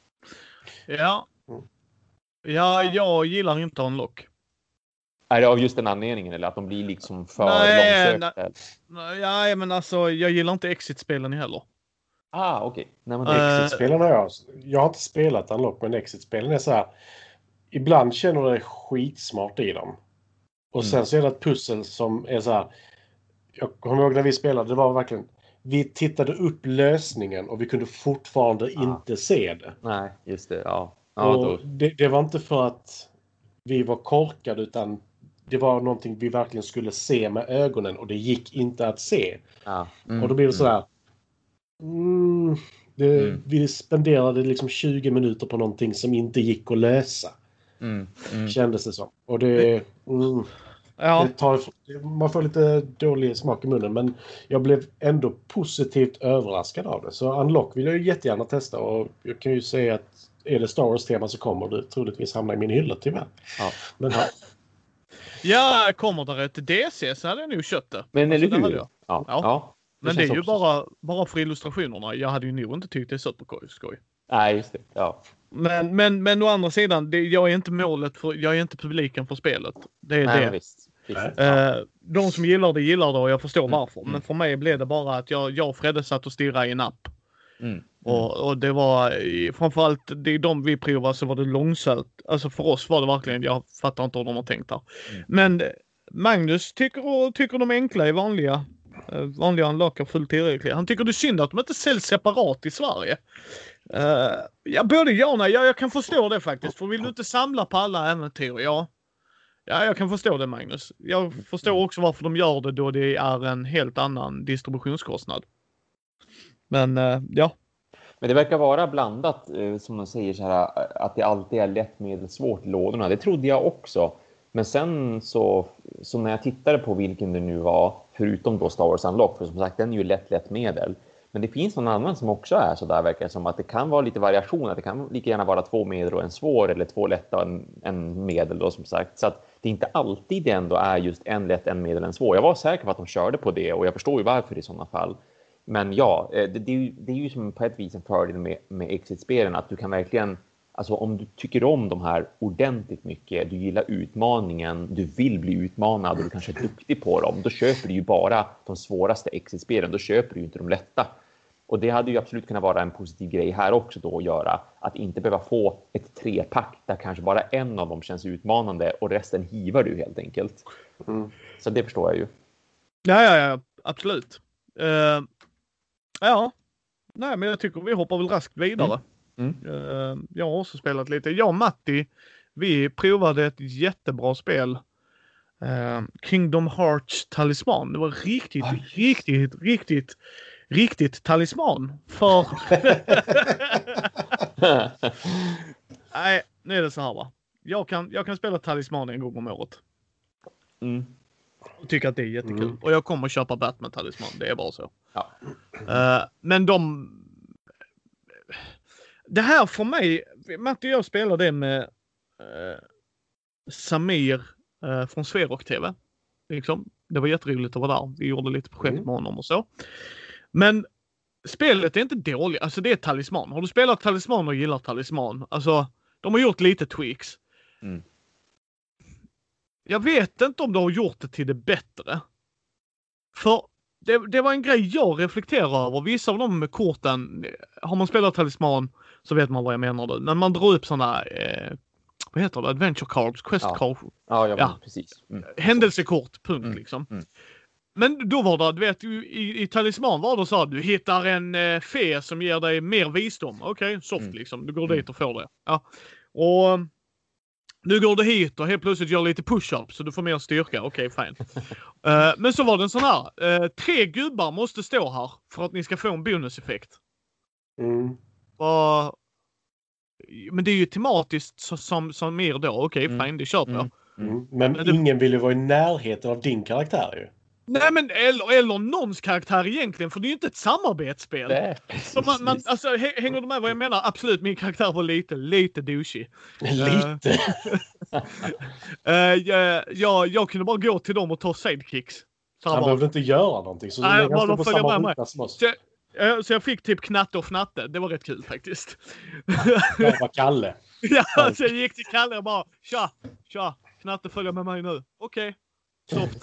Ja. Ja, jag gillar inte Unlock. Är det av just den anledningen, eller att de blir liksom för nej, långsökta? Nej, nej, men alltså jag gillar inte Exit-spelen heller. Ah, okej. Okay. Men Exit-spelen har jag. Jag har inte spelat Unlock, men Exit-spelen är så här. Ibland känner du dig skitsmart i dem. Och sen mm. så är det ett pussel som är så här. Jag kommer ihåg när vi spelade, det var verkligen. Vi tittade upp lösningen och vi kunde fortfarande ah. inte se det. Nej, just det. Ja. Ja, och då... det, det var inte för att vi var korkade, utan det var någonting vi verkligen skulle se med ögonen och det gick inte att se. Ja. Mm, och då blir det sådär. Mm, det, mm. Vi spenderade liksom tjugo minuter på någonting som inte gick att lösa. Mm, mm. Kändes det som. Och det, mm, ja. det tar, man får lite dålig smak i munnen, men jag blev ändå positivt överraskad av det. Så Unlock vill jag ju jättegärna testa, och jag kan ju säga att är det Star Wars-tema så kommer det troligtvis hamna i min hylla tyvärr. Ja. Men ja. Ja, kommer det ett D C så hade jag nog köpt det. Men alltså, eller hur? Ja. Ja. Ja. Ja. Det men det är ju också. bara, bara för illustrationerna. Jag hade ju nog inte tyckt det är superskoj. Nej, just det. Ja. Men, men, men å andra sidan, det, jag är inte målet för, jag är inte publiken för spelet. Det är Nej, det. Visst. Visst. Eh, de som gillar det gillar det, och jag förstår Mm. varför. Mm. Men för mig blev det bara att jag, jag och Fredde satt och stirrade i en app. Mm. Mm. Och, och det var framförallt det är de vi provade, så var det långsamt. Alltså för oss var det verkligen, jag fattar inte hur de har tänkt här. Mm. Men Magnus tycker, tycker de enkla är vanliga. Vanliga unlockar fullt tillräckliga. Han tycker det är synd att de inte säljs separat i Sverige. Uh, ja, både ja och nej. Ja, jag kan förstå det faktiskt. För vill du inte samla på alla äventyr? Ja. Ja, jag kan förstå det, Magnus. Jag förstår också varför de gör det, då det är en helt annan distributionskostnad. Men uh, ja. Men det verkar vara blandat, eh, som de säger så här, att det alltid är lätt med svårt i lådorna. Det trodde jag också. Men sen så, så när jag tittade på vilken det nu var, förutom då Star Wars Unlock, för som sagt den är ju lätt lätt medel. Men det finns någon annan som också är så där, verkar som att det kan vara lite variation. Att det kan lika gärna vara två medel och en svår, eller två lätta och en, en medel då, som sagt. Så att det inte alltid ändå är just en lätt, en medel, en svår. Jag var säker på att de körde på det, och jag förstår ju varför i sådana fall. Men ja, det, det, är ju, det är ju som på ett vis en fördel med, med Exit-spelen, att du kan verkligen, alltså om du tycker om de här ordentligt mycket, du gillar utmaningen, du vill bli utmanad och du kanske är duktig på dem, då köper du ju bara de svåraste Exit-spelen, då köper du ju inte de lätta. Och det hade ju absolut kunnat vara en positiv grej här också då att göra, att inte behöva få ett trepack där kanske bara en av dem känns utmanande och resten hivar du helt enkelt. Mm. Så det förstår jag ju. Ja, ja, ja, absolut. Uh... Ja, nej men jag tycker vi hoppar väl raskt vidare. Mm. Mm. Uh, jag har också spelat lite. Jag och Matti, vi provade ett jättebra spel. Uh, Kingdom Hearts Talisman. Det var riktigt, Oj. riktigt, riktigt, riktigt talisman. För... nej, nu är det så här va. Jag kan, jag kan spela Talisman en gång om året. Mm. Och tycker att det är jättekul. Mm. Och jag kommer att köpa Batman Talisman. Det är bara så. Ja. Uh, men de... Det här för mig... Matte och jag spelade det med uh, Samir uh, från Sverok T V. Liksom. Det var jätteroligt att vara där. Vi gjorde lite projekt mm. med honom och så. Men spelet är inte dåligt. Alltså det är Talisman. Har du spelat Talisman och gillar Talisman? Alltså, de har gjort lite tweaks. Mm. Jag vet inte om de har gjort det till det bättre. För det, det var en grej jag reflekterar över. Vissa av de korten, har man spelat Talisman så vet man vad jag menar nu. När man drar upp sådana, eh, vad heter det? Adventure cards, quest Ja. cards. Ja, ja, Ja. precis. Mm. Händelsekort, punkt Mm. liksom. Mm. Men då var det, du vet, i, i Talisman var det så att du hittar en eh, fe som ger dig mer visdom. Okej, okay, soft Mm. liksom. Du går Mm. dit och får det. Ja. Och nu går du hit och helt plötsligt gör lite push-up så du får mer styrka. Okej, okay, fine. uh, men så var det en sån här. Uh, tre gubbar måste stå här för att ni ska få en bonuseffekt. Mm. Uh, men det är ju tematiskt så, som, som mer då. Okej, okay, Mm. fine, det köper jag. Mm. Mm. Men, Men det... ingen vill ju vara i närheten av din karaktär ju. Nej men eller, eller någons karaktär egentligen, för det är ju inte ett samarbetsspel. Det, Så man, man, alltså, hänger du med vad jag menar? Absolut, min karaktär var lite, lite douchey. Lite. Uh, jag, jag, jag kunde bara gå till dem och ta sidekicks. Så Han bara, behövde inte göra någonting. Så Nej, länge han bara stod på följa samma med mig. ruta som oss. Så, uh, så jag fick typ Knatte och Fnatte. Det var rätt kul faktiskt. Jag var Kalle. Ja, så jag gick till Kalle och bara tja, tja, Knatte följer med mig nu. Okej, okay. Soft.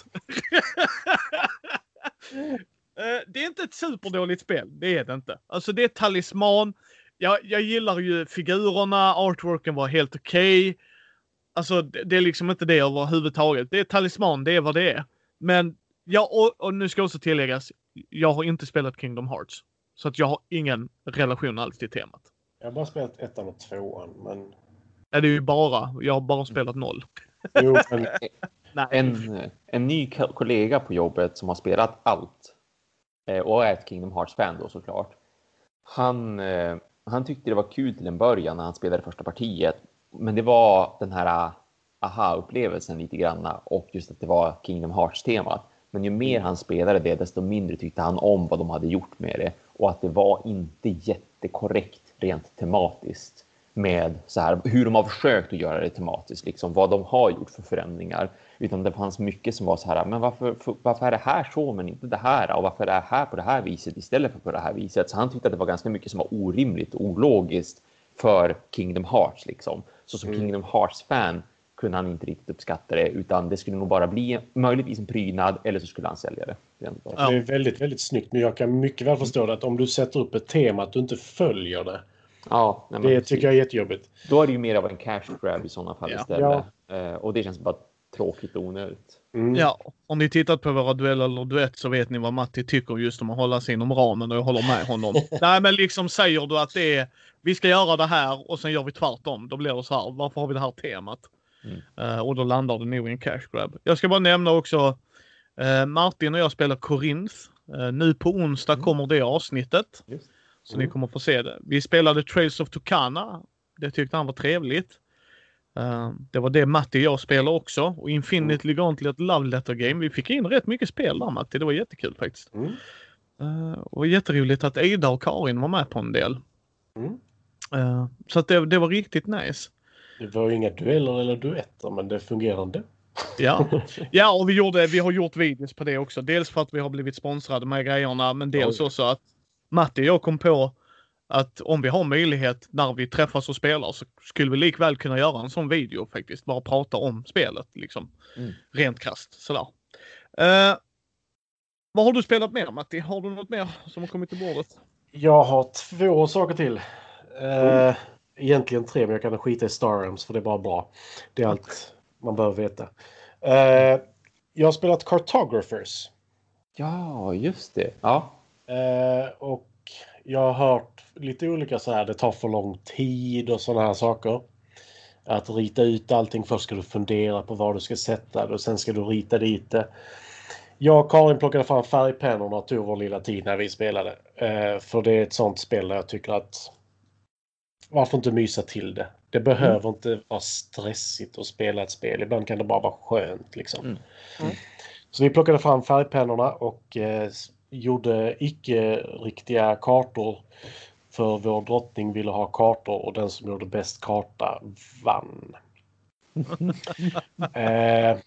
Uh, det är inte ett superdåligt spel, det är det inte. Alltså det är Talisman. Jag, jag gillar ju figurerna, artworken var helt okej. Okay. Alltså det, det är liksom inte det överhuvudtaget. Det är Talisman, det är vad det är. Men, ja, och, och nu ska också tilläggas, jag har inte spelat Kingdom Hearts. Så att jag har ingen relation alls till temat. Jag har bara spelat ettan och tvåan, men... Ja, det är ju bara, jag har bara spelat noll. Jo, men... Nej. En, en ny kollega på jobbet som har spelat allt och är ett Kingdom Hearts-fan då såklart. Han, han tyckte det var kul till en början när han spelade första partiet. Men det var den här aha-upplevelsen lite granna och just att det var Kingdom Hearts-temat. Men ju mer han spelade det, desto mindre tyckte han om vad de hade gjort med det. Och att det var inte jättekorrekt rent tematiskt med så här, hur de har försökt att göra det tematiskt, liksom, vad de har gjort för förändringar. Utan det fanns mycket som var så här, men varför, för, varför är det här så men inte det här? Och varför är det här på det här viset istället för på det här viset? Så han tyckte att det var ganska mycket som var orimligt och ologiskt för Kingdom Hearts. Liksom. Så som mm. Kingdom Hearts-fan kunde han inte riktigt uppskatta det, utan det skulle nog bara bli möjligtvis en prydnad eller så skulle han sälja det. Ja. Det är väldigt, väldigt snyggt, men jag kan mycket väl förstå det att om du sätter upp ett tema att du inte följer det. Ja, nej, det precis. Tycker jag är jättejobbigt. Då är det ju mer av en cash grab i sådana fall ja. istället. Ja. Uh, och det känns bara tråkigt och onödigt. Mm. Ja, om ni tittat på våra dueller eller duett så vet ni vad Matti tycker just om att hålla sig inom ramen och jag håller med honom. Nej, men liksom säger du att det är, vi ska göra det här och sen gör vi tvärtom. Då blir det så här, varför har vi det här temat? Mm. Uh, och då landar det nog i en cash grab. Jag ska bara nämna också uh, Martin och jag spelar Korinth. Uh, nu på onsdag mm. kommer det avsnittet. Just. Så mm. ni kommer få se det. Vi spelade Trails of Tucana. Det tyckte han var trevligt. Uh, det var det Matti och jag spelade också. Och Infinitely mm. Gauntlet ett Love Letter Game. Vi fick in rätt mycket spel där, Matti. Det var jättekul faktiskt. Mm. Uh, och jätteroligt att Ida och Karin var med på en del. Mm. Uh, så att det, det var riktigt nice. Det var ju inga dueller eller duetter, men det fungerade. Ja, ja och vi, gjorde, vi har gjort videos på det också. Dels för att vi har blivit sponsrade med grejerna, men dels Oj. också att Matti och jag kom på att om vi har möjlighet när vi träffas och spelar så skulle vi likväl kunna göra en sån video faktiskt. Bara prata om spelet liksom. Mm. Rent krasst. Sådär. Uh, vad har du spelat mer, Matti? Har du något mer som har kommit till bordet? Jag har två saker till. Uh, mm. Egentligen tre, men jag kan skita i Star Realms för det är bara bra. Det är allt man behöver veta. Uh, jag har spelat Cartographers. Ja, just det. Ja. Uh, och jag har hört lite olika så här, det tar för lång tid och sådana här saker. Att rita ut allting, först ska du fundera på vad du ska sätta det och sen ska du rita dit det. Jag och Karin plockade fram färgpennorna och tog vår lilla tid när vi spelade. Uh, för det är ett sånt spel där jag tycker att varför inte mysa till det? Det behöver mm. inte vara stressigt att spela ett spel. Ibland kan det bara vara skönt liksom. Mm. Mm. Så vi plockade fram färgpennorna och eh, gjorde icke-riktiga kartor. För vår drottning ville ha kartor och den som gjorde bäst karta vann. eh,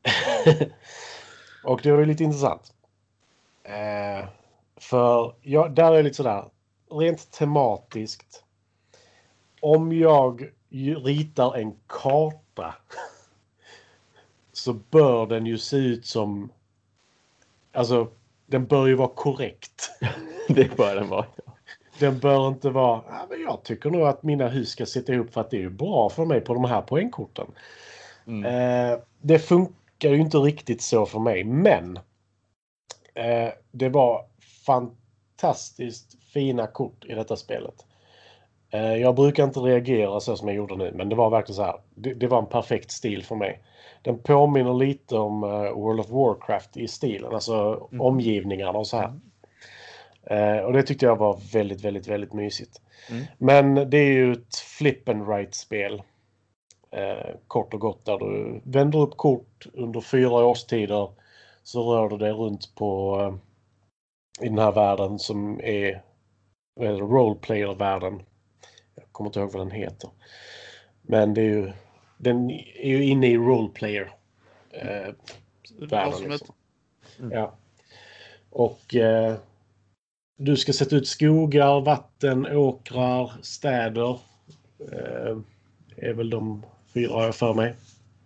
och det var ju lite intressant. Eh, för ja, där är det lite sådär. Rent tematiskt. Om jag ritar en karta så bör den ju se ut som, alltså den bör ju vara korrekt. Det bör den vara. Den bör inte vara, ja, men jag tycker nog att mina hus ska sitta ihop för att det är ju bra för mig på de här poängkorten. Mm. Eh, det funkar ju inte riktigt så för mig, men eh, det var fantastiskt fina kort i detta spelet. Eh, jag brukar inte reagera så som jag gjorde nu, men det var verkligen så här, det, det var en perfekt stil för mig. Den påminner lite om uh, World of Warcraft i stilen, alltså mm. omgivningarna och så här. Uh, och det tyckte jag var väldigt, väldigt, väldigt mysigt. Mm. Men det är ju ett flip and write-spel. Uh, kort och gott, där du vänder upp kort under fyra årstider, så rör du dig runt på uh, i den här världen som är uh, roleplayer-världen. Jag kommer inte ihåg vad den heter. Men det är ju, den är ju inne i roleplayer uh, världen. Liksom. Mm. Ja. Och uh, du ska sätta ut skogar, vatten, åkrar, städer. Uh, är väl de fyra jag för mig.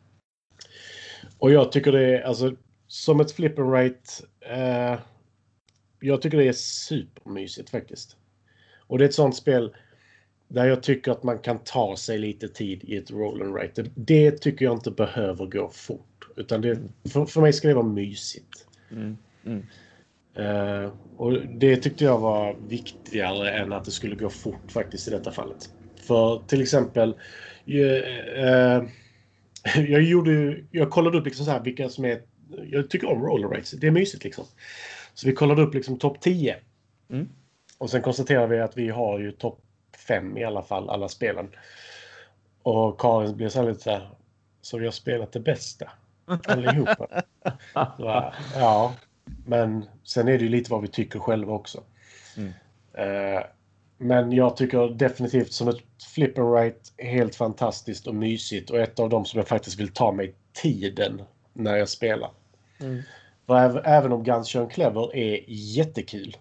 Och jag tycker det är, alltså, som ett flip and write, uh, jag tycker det är supermysigt faktiskt. Och det är ett sånt spel där jag tycker att man kan ta sig lite tid i ett roll and write. Det, det tycker jag inte behöver gå fort. Utan det, för, för mig ska det vara mysigt. Mm. Mm. Uh, och det tyckte jag var viktigare än att det skulle gå fort faktiskt i detta fallet. För till exempel jag, uh, jag gjorde jag kollade upp liksom så här vilka som är, jag tycker om roll and writes. Det är mysigt liksom. Så vi kollade upp liksom topp tio. Mm. Och sen konstaterade vi att vi har ju topp fem i alla fall, alla spelen. Och Karin blev så lite så här, så vi har spelat det bästa allihopa. Så, ja, men sen är det ju lite vad vi tycker själva också. Mm. Uh, men jag tycker definitivt som ett flip and write helt fantastiskt och mysigt, och ett av dem som jag faktiskt vill ta mig tiden när jag spelar. Mm. För även om Guns N' Clever är jättekul,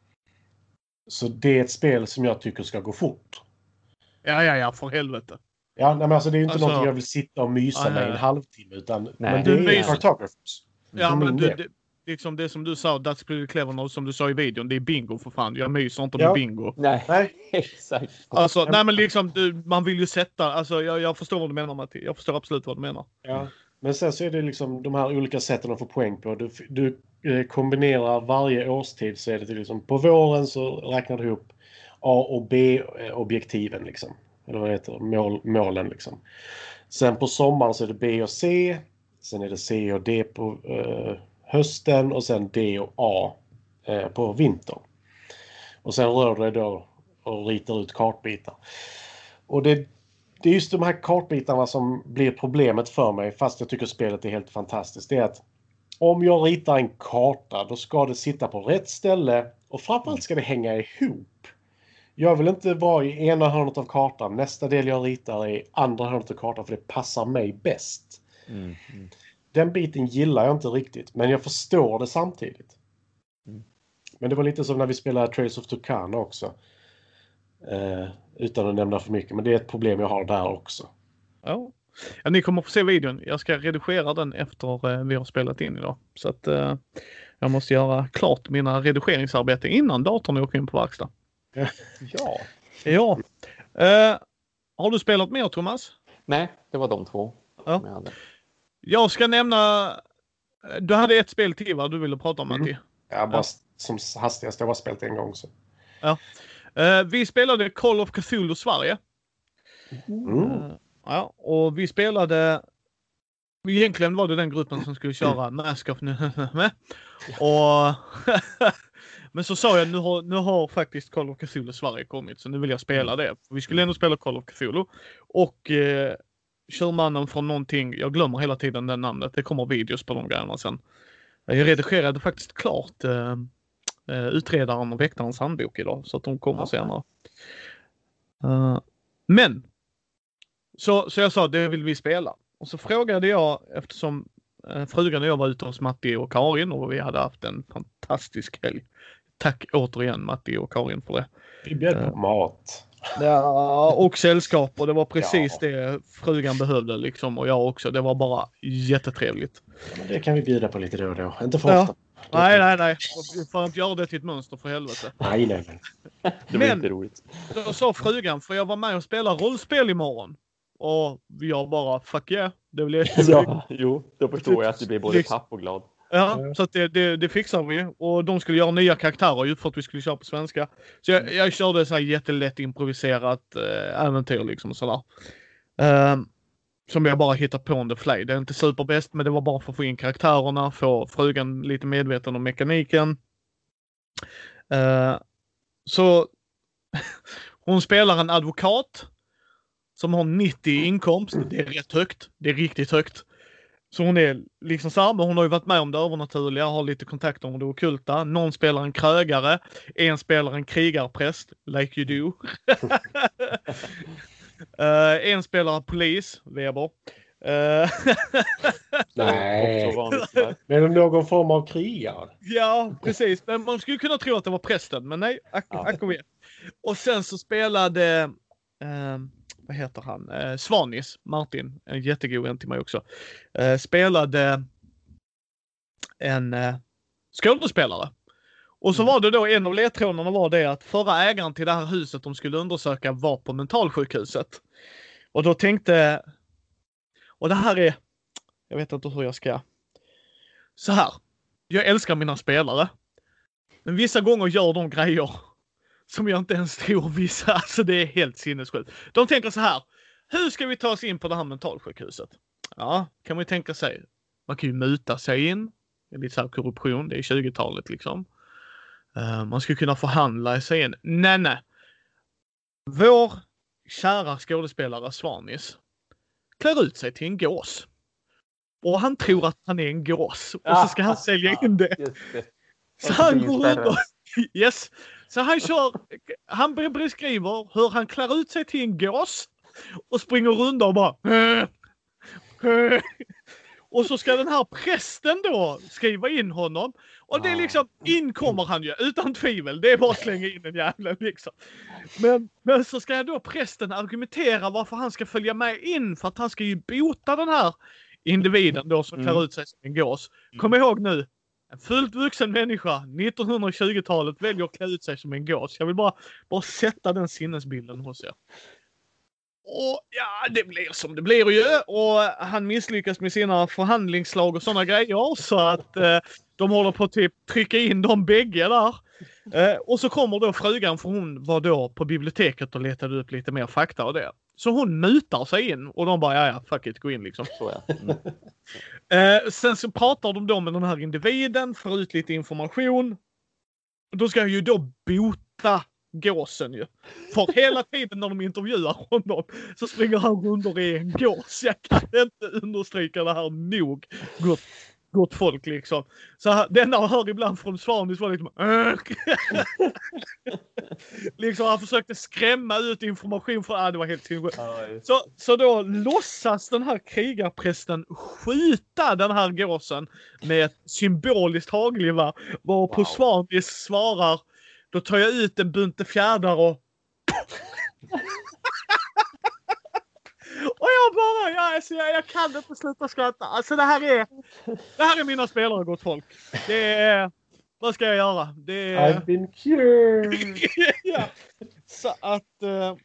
så det är ett spel som jag tycker ska gå fort. Ja, ja, ja, för helvete. Ja, men alltså det är ju inte alltså, något jag vill sitta och mysa med i en halvtimme, utan nej, men det är Cartographers. Ja, men du, det, liksom det som du sa, That's Pretty Clever now, som du sa i videon, det är bingo för fan. Jag myser inte med ja. bingo. Nej, nej. Exakt. Alltså, nej men liksom, du, man vill ju sätta, alltså jag, jag förstår vad du menar, Matti. Jag förstår absolut vad du menar. Ja, men sen så är det liksom de här olika sätten att få poäng på. Du, du eh, kombinerar varje årstid, så är det liksom på våren så räknar du ihop A och B-objektiven liksom. Eller vad heter det? Mål, målen liksom. Sen på sommaren så är det B och C. Sen är det C och D på eh, hösten, och sen D och A eh, på vintern. Och sen rör det då och ritar ut kartbitar. Och det, det är just de här kartbitarna som blir problemet för mig, fast jag tycker spelet är helt fantastiskt. Det är att om jag ritar en karta, då ska det sitta på rätt ställe, och framförallt ska det hänga ihop. Jag vill inte vara i ena hörnet av kartan, nästa del jag ritar är i andra hörnet av kartan, för det passar mig bäst. Mm, mm. Den biten gillar jag inte riktigt, men jag förstår det samtidigt. Mm. Men det var lite som när vi spelade Trails of Tucana också. Eh, utan att nämna för mycket, men det är ett problem jag har där också. Ja, ja ni kommer få se videon. Jag ska redigera den efter eh, vi har spelat in idag. Så att eh, jag måste göra klart mina redigeringsarbeten innan datorn åker in på verkstad. Ja. Ja. Eh, har du spelat mer, Thomas? Nej, det var de två. Ja. Jag, hade. jag ska nämna... Du hade ett spel till, va? Du ville prata om, Matti? Mm. Ja, bara ja. som hastigast. Jag har bara spelat en gång. Så. Ja. Eh, vi spelade Call of Cthulhu Sverige. Mm. Eh, ja, och vi spelade... Egentligen var det den gruppen som skulle köra Mask nu med. Och... Men så sa jag, nu har, nu har faktiskt Call of Cthulhu Sverige kommit, så nu vill jag spela det. Vi skulle ändå spela Call of Cthulhu. Och eh, körmannen från någonting, jag glömmer hela tiden den namnet, det kommer videos på de grejerna sen. Jag redigerade faktiskt klart eh, utredaren och väktarens handbok idag, så att de kommer ja. senare. Uh, men, så, så jag sa, det vill vi spela. Och så frågade jag, eftersom eh, frugan och jag var ute hos Matti och Karin, och vi hade haft en fantastisk helg. Tack återigen Matti och Karin för det. Vi bjöd på mat. Ja, och sällskap, och det var precis ja. det frugan behövde liksom, och jag också. Det var bara jättetrevligt. Ja, men det kan vi bjuda på lite då och då. Inte för ja. ofta. Nej, nej, nej. Vi får inte göra det till ett mönster för helvete. Nej, nej, nej. Det blir inte roligt. Då sa frugan, för jag var med och spelade rollspel imorgon. Och jag bara, fuck yeah. Det blir Ja, jo, då förstår jag att du blir både tapp och glad. Ja, så att det, det, det fixar vi. Och de skulle göra nya karaktärer ju för att vi skulle köra på svenska. Så jag, jag körde så här jättelätt improviserat äh, äventyr liksom sådär. Uh, som jag bara hittat på on the fly. Det är inte superbäst, men det var bara för att få in karaktärerna, få frugan lite medveten om mekaniken. Uh, så hon spelar en advokat som har nittio i inkomst. Det är rätt högt. Det är riktigt högt. Så hon är liksom så här, men hon har ju varit med om det övernaturliga, har lite kontakter med det ockulta. Någon spelar en krögare, en spelar en krigarpräst, like you do. uh, en spelar polis, Weber. Uh, Nej, men någon form av krigare. Ja, precis. Men man skulle kunna tro att det var prästen, men nej, ack, Ja. ack och ve. Och sen så spelade... Uh, vad heter han? Eh, Svanis, Martin, en jättegod vän till mig också. Eh, spelade en eh, skådespelare. Och så var det då, en av ledtrådarna var det att förra ägaren till det här huset de skulle undersöka var på mentalsjukhuset. Och då tänkte, och det här är, jag vet inte hur jag ska, så här, jag älskar mina spelare. Men vissa gånger gör de grejer som jag inte ens tror vissa. Alltså det är helt sinnessjukt. De tänker så här. Hur ska vi ta oss in på det här mentalsjukhuset? Ja, kan man ju tänka sig. Man kan ju muta sig in. Det är lite så här korruption. Det är tjugotalet liksom. Uh, man skulle kunna förhandla sig in. Nej, nej. Vår kära skådespelare Svanis klär ut sig till en gås. Och han tror att han är en gås. Och så ska han sälja in det. det. Så han går ut och... Yes. Så han kör, han beskriver hur han klär ut sig till en gås och springer runt och bara och så ska den här prästen då skriva in honom och det är liksom, inkommer han ju utan tvivel, det är bara att slänga in en jävla liksom. Men, men så ska då prästen argumentera varför han ska följa med in, för att han ska ju bota den här individen då som klär Mm. ut sig som en gås. Kom ihåg nu, en fullt vuxen människa nittonhundratjugotalet väljer att klä ut sig som en gås. Jag vill bara, bara sätta den sinnesbilden hos er. Och ja, det blir som det blir ju. Och han misslyckas med sina förhandlingslag och sådana grejer. Så att eh, de håller på att typ trycka in de bägge där. Eh, och så kommer då frugan, för hon var då på biblioteket och letade upp lite mer fakta och det. Så hon mutar sig in och de bara, ja ja, fuck it, gå in liksom. Så ja. Mm. Eh, sen så pratar de då med den här individen, får ut lite information. Då ska jag ju då bota gåsen ju. För hela tiden när de intervjuar honom så springer han runt och är en gås. Jag kan inte understryka det här nog. Gott, gott folk liksom. Så här, den jag hör ibland från Svanis var liksom liksom han försökte skrämma ut information för att ah, det var helt tillgått. Så, så då låtsas den här krigarprästen skjuta den här gåsen med ett symboliskt hagelgevär. Varpå Wow. Svanis svarar, då tar jag ut en bunte fjädrar och och jag bara, ja, alltså, jag, jag kan inte sluta skratta. Alltså det här är det här är mina spelare, gott folk. Det är, vad ska jag göra? Det är... I've been cured. Ja. Så att uh...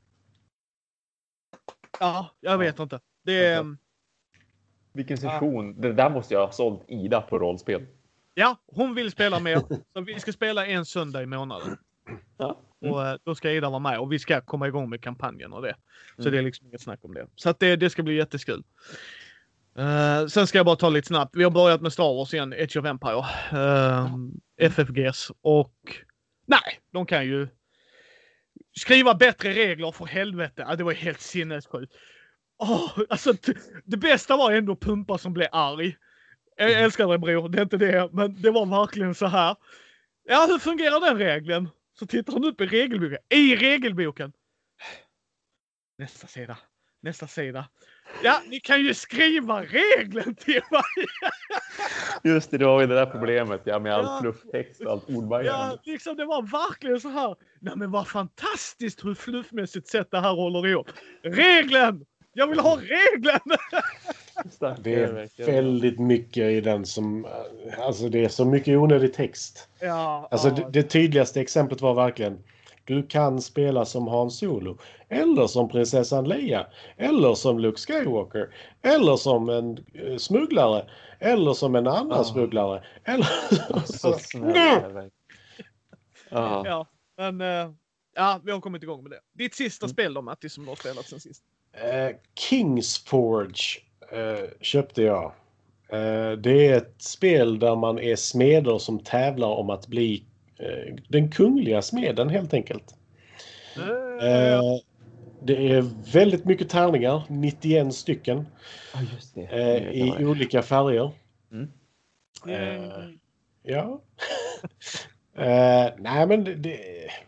ja, jag vet inte. Det är Vilken session. Det där måste jag ha sålt Ida på rollspel. ja, hon vill spela mer. Så vi ska spela en söndag i månaden. Ja. Och uh, då ska Ida vara med och vi ska komma igång med kampanjen och det. Så Mm. det är liksom inget snack om det. Så att det, det ska bli jätteskul. Uh, sen ska jag bara ta lite snabbt. Vi har börjat med Star Wars igen, Age of Empire. Uh, F F Gs och nej, de kan ju skriva bättre regler för helvete. Ja, det var helt sinnessjukt. Oh, alltså, t- det bästa var ändå Pumpa som blev arg. Jag älskar dig bror, det är inte det. Men det var verkligen så här. Ja, hur fungerar den regeln? Så tittar han upp i regelboken. I regelboken. Nästa sida. Nästa sida. Ja, ni kan ju skriva regeln till mig. Just det, det var ju det där problemet. Ja, med all Ja. flufftext och allt ordvariant. Ja, liksom det var verkligen så här. Nej men vad fantastiskt hur fluffmässigt sett det här håller ihop. Regeln! Jag vill ha regeln! Det är väldigt mycket i den som... Alltså det är så mycket onödig text. Ja, alltså ja. Det, det tydligaste exemplet var verkligen... Du kan spela som Han Solo. Eller som prinsessan Leia. Eller som Luke Skywalker. Eller som en uh, smugglare. Eller som en annan oh. smugglare. Eller... så snäll. Ja. ja, men... Uh, ja, vi har kommit igång med det. Ditt sista mm. spel då, Matti, som du har spelat sen sist? Uh, Kingsforge uh, köpte jag. Uh, det är ett spel där man är smeder som tävlar om att bli uh, den kungliga smeden helt enkelt. Uh, uh, det är väldigt mycket tärningar, nittioen stycken. Ja, uh, just det. Uh, I det. olika färger. Mm. Uh, ja. uh, nej, men det, det,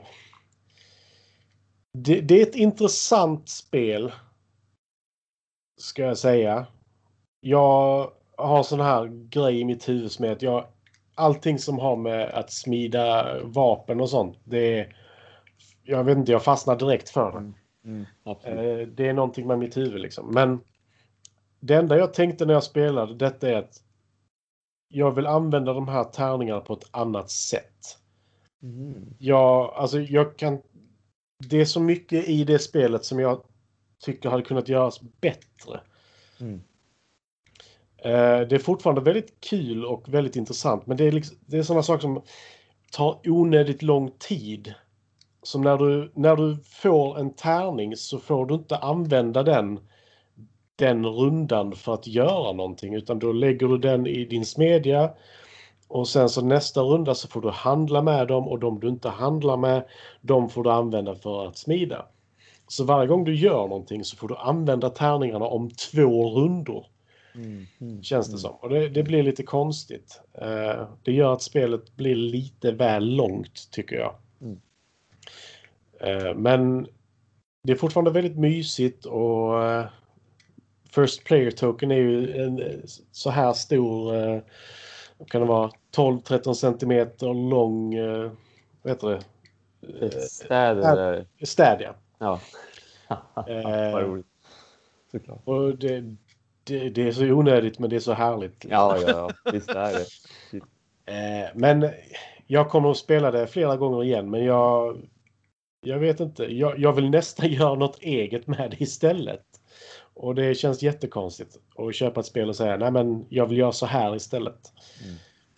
det, det är ett intressant spel. Ska jag säga. Jag har sån här grej i mitt huvud som är att jag... Allting som har med att smida vapen och sånt. Det är... Jag vet inte, jag fastnar direkt för det. Mm, mm, eh, det är någonting med mitt huvud liksom. Men det enda jag tänkte när jag spelade detta är att jag vill använda de här tärningarna på ett annat sätt. Mm. Jag, alltså jag kan... Det är så mycket i det spelet som jag tycker hade kunnat göras bättre. Mm. Uh, det är fortfarande väldigt kul och väldigt intressant. Men det är, liksom, det är sådana saker som tar onödigt lång tid. Som när du, när du får en tärning så får du inte använda den, den rundan för att göra någonting. Utan då lägger du den i din smedja. Och sen så nästa runda så får du handla med dem. Och de du inte handlar med, de får du använda för att smida. Så varje gång du gör någonting så får du använda tärningarna om två rundor. Mm, mm, Känns det mm. som. Och det, det blir lite konstigt. Uh, det gör att spelet blir lite väl långt, tycker jag. Mm. Uh, men det är fortfarande väldigt mysigt och uh, First Player Token är ju en så här stor, uh, kan det vara tolv tretton centimeter lång, uh, vad heter det? Uh, städ. Städ, ja. Ja. uh, Vad roligt. Såklart. Och det, det, det är så onödigt, men det är så härligt. Ja, ja, ja. Visst är det. Uh, men jag kommer att spela det flera gånger igen, men jag jag vet inte. Jag, jag vill nästan göra något eget med det istället. Och det känns jättekonstigt att köpa ett spel och säga, nej men jag vill göra så här istället. Mm.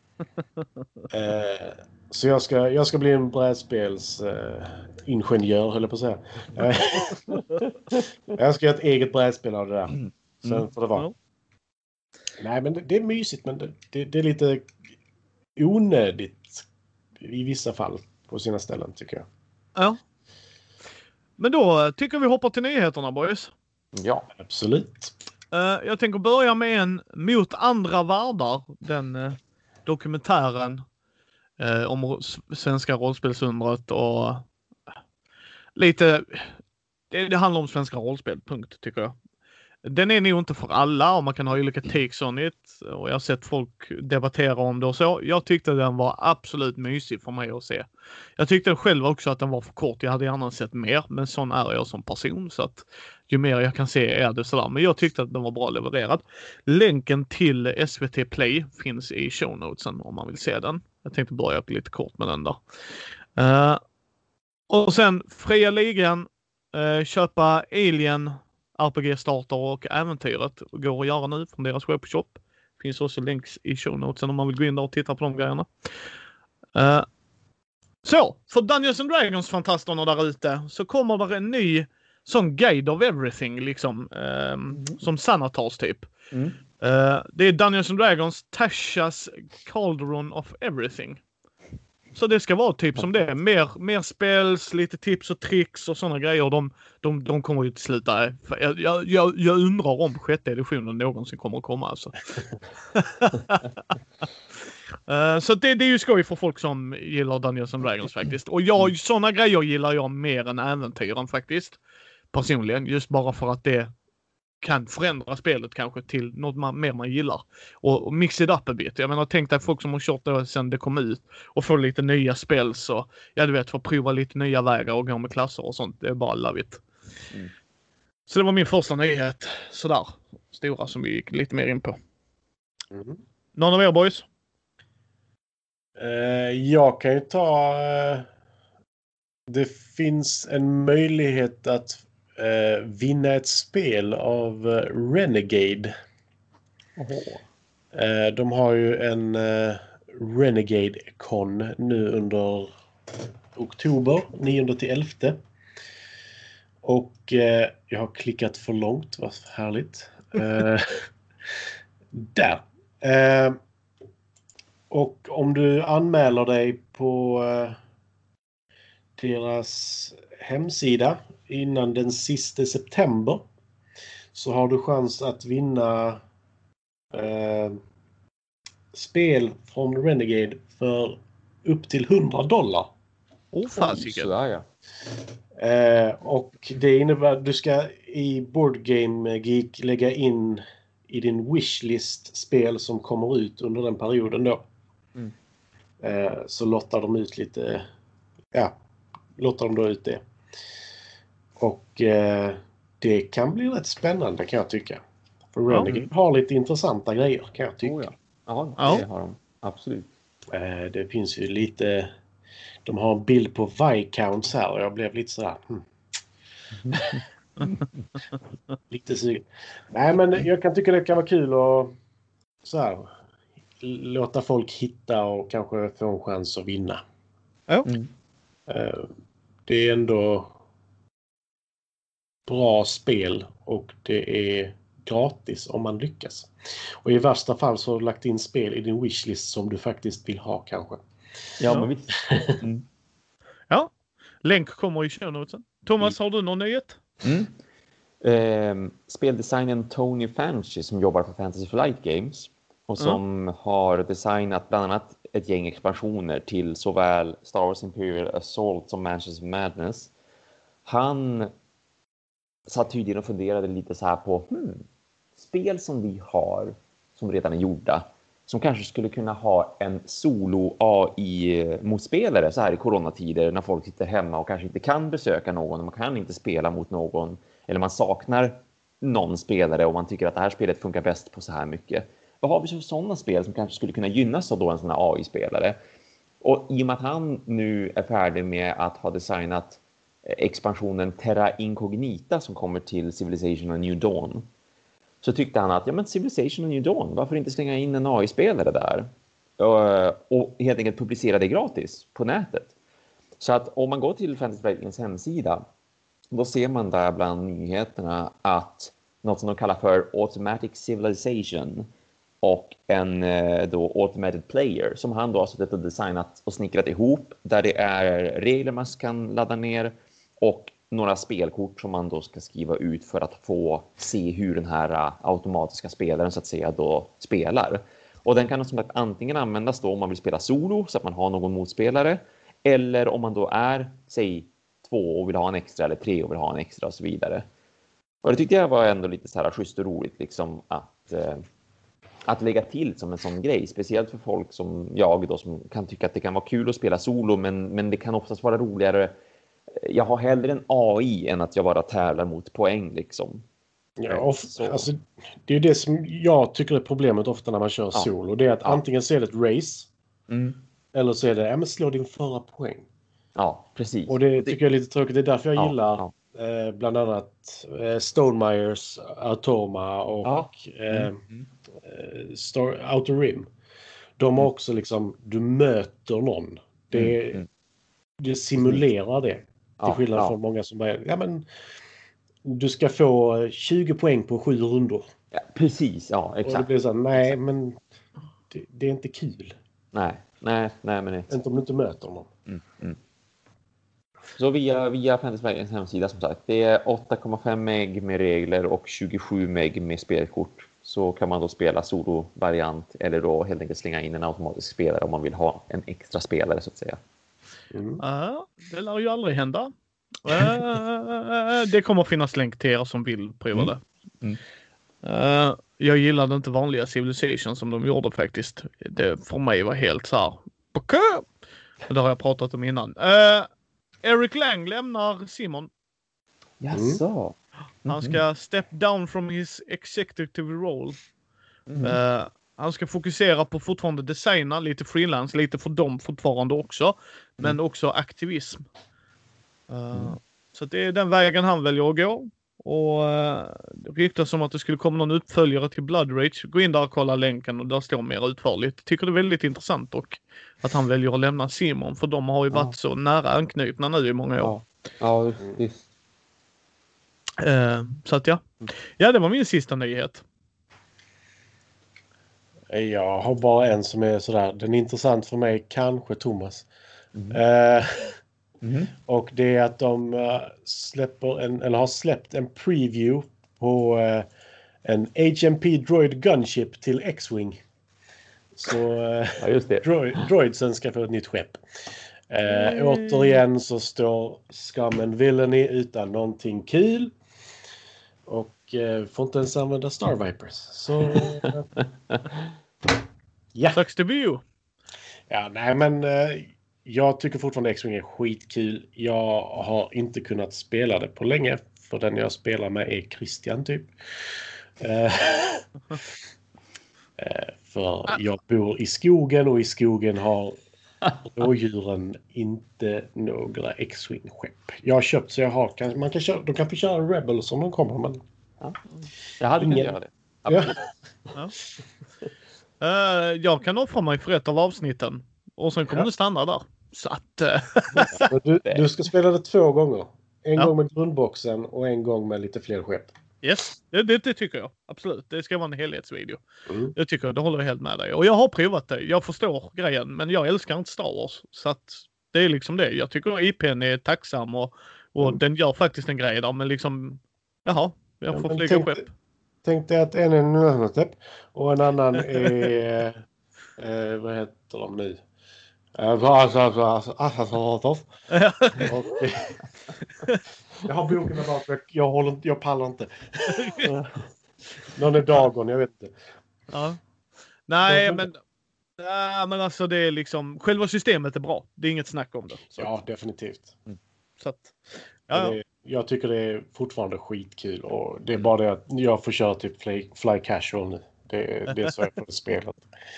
uh, så jag ska, jag ska bli en brädspels uh, ingenjör, höll jag på att säga. Jag ska göra ett eget brädspel av det där. Mm. Sen får det vara. Mm. Nej, men det, det är mysigt, men det, det, det är lite onödigt i vissa fall på sina ställen, tycker jag. Ja. Men då tycker vi hoppar till nyheterna, boys. Ja, absolut. Uh, jag tänker börja med en Mot andra världar, den uh, dokumentären uh, om svenska rollspelsundret och uh, lite, det, det handlar om svenska rollspel, punkt, tycker jag. Den är nog inte för alla och man kan ha olika takes on it. Och jag har sett folk debattera om det och så. Jag tyckte den var absolut mysig för mig att se. Jag tyckte själv också att den var för kort. Jag hade gärna sett mer, men sån är jag som person. Så att ju mer jag kan se är det sådär. Men jag tyckte att den var bra levererad. Länken till S V T Play finns i show notesen om man vill se den. Jag tänkte börja lite kort med den där. Uh, och sen Fria Ligan. Uh, köpa Alien R P G-starter och äventyret går att göra nu från deras webbshop. Finns också länks i show notesen om man vill gå in där och titta på de grejerna. Uh, så, för Dungeons and Dragons-fantasterna där ute så kommer det en ny sån guide of everything liksom. Um, mm. Som Sanatars typ. Mm. Uh, det är Dungeons and Dragons Tasha's Cauldron of Everything. Så det ska vara typ som det är. Mer, mer spels, lite tips och tricks och sådana grejer. De, de, de kommer ju till slut där. Jag, jag, jag undrar om sjätte editionen någonsin kommer att komma alltså. uh, så det, det är ju skoj för folk som gillar Dungeons and Dragons faktiskt. Och jag, sådana grejer gillar jag mer än äventyren faktiskt. Personligen. Just bara för att det kan förändra spelet kanske till något man, mer man gillar. Och, och mix it up a bit. Jag menar, tänk dig folk som har kört det sen det kom ut och får lite nya spel så, ja du vet, få prova lite nya vägar och gå med klasser och sånt. Det är bara love it. Mm. Så det var min första nyhet. Sådär. stora som vi gick lite mer in på. Mm. Någon av er boys? Uh, jag kan ju ta... Uh, det finns en möjlighet att uh, vinna ett spel av uh, Renegade. Uh, de har ju en uh, Renegade Con nu under oktober, nionde till elfte. Och uh, jag har klickat för långt, vad härligt. Uh, där. Uh, Och om du anmäler dig på eh, deras hemsida innan den sista september så har du chans att vinna eh, spel från Renegade för upp till hundra dollar. Åh, oh, fasiken. Sådär, ja. Eh, och det innebär att du ska i Board Game Geek lägga in i din wishlist spel som kommer ut under den perioden då. Mm. Eh, så lottar de ut lite, ja, lottar de då ut det. Och eh, det kan bli rätt spännande kan jag tycka. För Renegade mm. har lite intressanta grejer kan jag tycka. Oh, ja. Ja, ja, det har de. Absolut. Eh, det finns ju lite, de har en bild på Viscounts här och jag blev lite sådär. Hmm. lite sugen. Nej, men jag kan tycka det kan vara kul att så här, låta folk hitta och kanske få en chans att vinna. Ja. Mm. Det är ändå bra spel och det är gratis om man lyckas. Och i värsta fall så har du lagt in spel i din wishlist som du faktiskt vill ha kanske. Ja, men visst. Mm. Ja, länk kommer i show notesen. Thomas, har du någon nyhet? Mm. Eh, speldesignern Tony Fanchi som jobbar för Fantasy Flight Games och som mm. har designat bland annat ett gäng expansioner till såväl Star Wars Imperial Assault som Mansions of Madness. Han satt tydligen och funderade lite så här på hmm, spel som vi har som redan är gjorda som kanske skulle kunna ha en solo-A I-motspelare så här i coronatider när folk sitter hemma och kanske inte kan besöka någon och man kan inte spela mot någon eller man saknar någon spelare och man tycker att det här spelet funkar bäst på så här mycket. Vad har vi för sådana spel som kanske skulle kunna gynnas av då en sån här A I-spelare? Och i och med att han nu är färdig med att ha designat expansionen Terra Incognita som kommer till Civilization och New Dawn så tyckte han att ja men Civilization och New Dawn, varför inte slänga in en A I-spelare där? Och, och helt enkelt publicera det gratis på nätet. Så att om man går till Fantasy Flight Games hemsida då ser man där bland nyheterna att något som de kallar för Automatic Civilization och en då Automated Player som han då har suttit och designat och snickrat ihop där det är regler man kan ladda ner och några spelkort som man då ska skriva ut för att få se hur den här automatiska spelaren så att säga då spelar. Och den kan som sagt antingen användas då om man vill spela solo så att man har någon motspelare eller om man då är, säg två och vill ha en extra eller tre och vill ha en extra och så vidare. Och det tyckte jag var ändå lite så här schysst och roligt liksom att, eh, att lägga till som en sån grej. Speciellt för folk som jag då som kan tycka att det kan vara kul att spela solo men, men det kan oftast vara roligare. Jag har hellre en A I än att jag bara tävlar mot poäng liksom. Ja, of, alltså, det är det som jag tycker är problemet ofta när man kör ja. solo. Det är att ja. antingen så är det ett race mm. eller så är det, ja men slå din förra poäng. Ja, precis. Och det tycker jag är lite tråkigt. Det är därför jag ja, gillar ja. Eh, bland annat eh, Stonemeyers Automa och ja. eh, mm. eh, Star, Outer Rim. De har också liksom, du möter någon. Det, mm. det simulerar det. Till ja, skillnad ja. från många som bara, ja men du ska få tjugo poäng på sju rundor. Ja, precis, ja, exakt. Och det blir så här, nej men det, det är inte kul. Nej, nej, nej men inte. Inte om du inte möter någon. Mm, mm. Så via, via Fantasy Flight Games hemsida som sagt, det är åtta komma fem meg med regler och tjugosju meg med spelkort. Så kan man då spela solo-variant eller då helt enkelt slänga in en automatisk spelare om man vill ha en extra spelare så att säga. Mm. Ja, det lär ju aldrig hända. uh, det kommer att finnas länk till er som vill prova det. Mm. Mm. Uh, jag gillade inte vanliga Civilization som de gjorde faktiskt. Det för mig var helt så här. Okay. Det har jag pratat om innan. Uh, Eric Lang lämnar Simon. Jaså? Han ska step down from his executive role. Mm. Uh, han ska fokusera på fortfarande designa, lite freelance, lite för dem fortfarande också. Men Mm. också aktivism. Uh, Mm. Så det är den vägen han väljer att gå. Och uh, det ryktas om att det skulle komma någon uppföljare till Blood Rage. Gå in där och kolla länken och där står mer utförligt. Tycker det är väldigt intressant och att han väljer att lämna Simon. För de har ju Ja. varit så nära anknutna nu i många år. Ja, ja visst. Uh, så att ja. Ja, det var min sista nyhet. Jag har bara en som är sådär. Den är intressant för mig, kanske Thomas. Mm. Uh, Mm. och det är att de uh, släpper en, eller har släppt en preview på uh, en H M P Droid Gunship till X-Wing. Så uh, Ja, just det. droid, droidsen ska få ett nytt skepp. Uh, mm. Återigen så står Scum and Villainy utan någonting kul. Och uh, får inte ens använda Star Vipers. Så... Uh, ja. Sucks to be you. Ja, nej men... Uh, jag tycker fortfarande X-Wing är skitkul. Jag har inte kunnat spela det på länge. För den jag spelar med är Christian typ. Uh, för jag bor i skogen och i skogen har rådjuren inte några X-Wing-skepp. Jag har köpt så jag har... Kan, man kan köra, de kan få köra Rebels om de kommer. Men... Ja. Jag hade ingen... kunnat göra det. Ja. Ja. Uh, jag kan offra mig för ett av avsnitten. Och sen kommer ja. du stanna där. Så att... Uh... du, du ska spela det två gånger. En ja. gång med grundboxen och en gång med lite fler skepp. Yes, det, det, det tycker jag. Absolut. Det ska vara en helhetsvideo. Mm. Jag tycker, det håller jag helt med dig. Och jag har provat det. Jag förstår grejen. Men jag älskar inte Star Wars. Så att det är liksom det. Jag tycker I P:n är tacksam. Och, och mm. den gör faktiskt en grej där. Men liksom... Jaha, jag får ja, flyga tänk, skepp. Tänk dig att en är en annan skepp. Och en annan är... eh, vad heter de nu? Jag har boken där bak. Jag, håller inte, jag pallar inte. Någon är Dagon, jag vet inte. Ja. Nej, men, nej, men alltså det är liksom... Själva systemet är bra. Det är inget snack om det. Så. Ja, definitivt. Mm. Så att, ja, det, jag tycker det är fortfarande skitkul. Och det är bara det att jag får köra typ fly, fly casual nu. Det, det är så jag får spelet.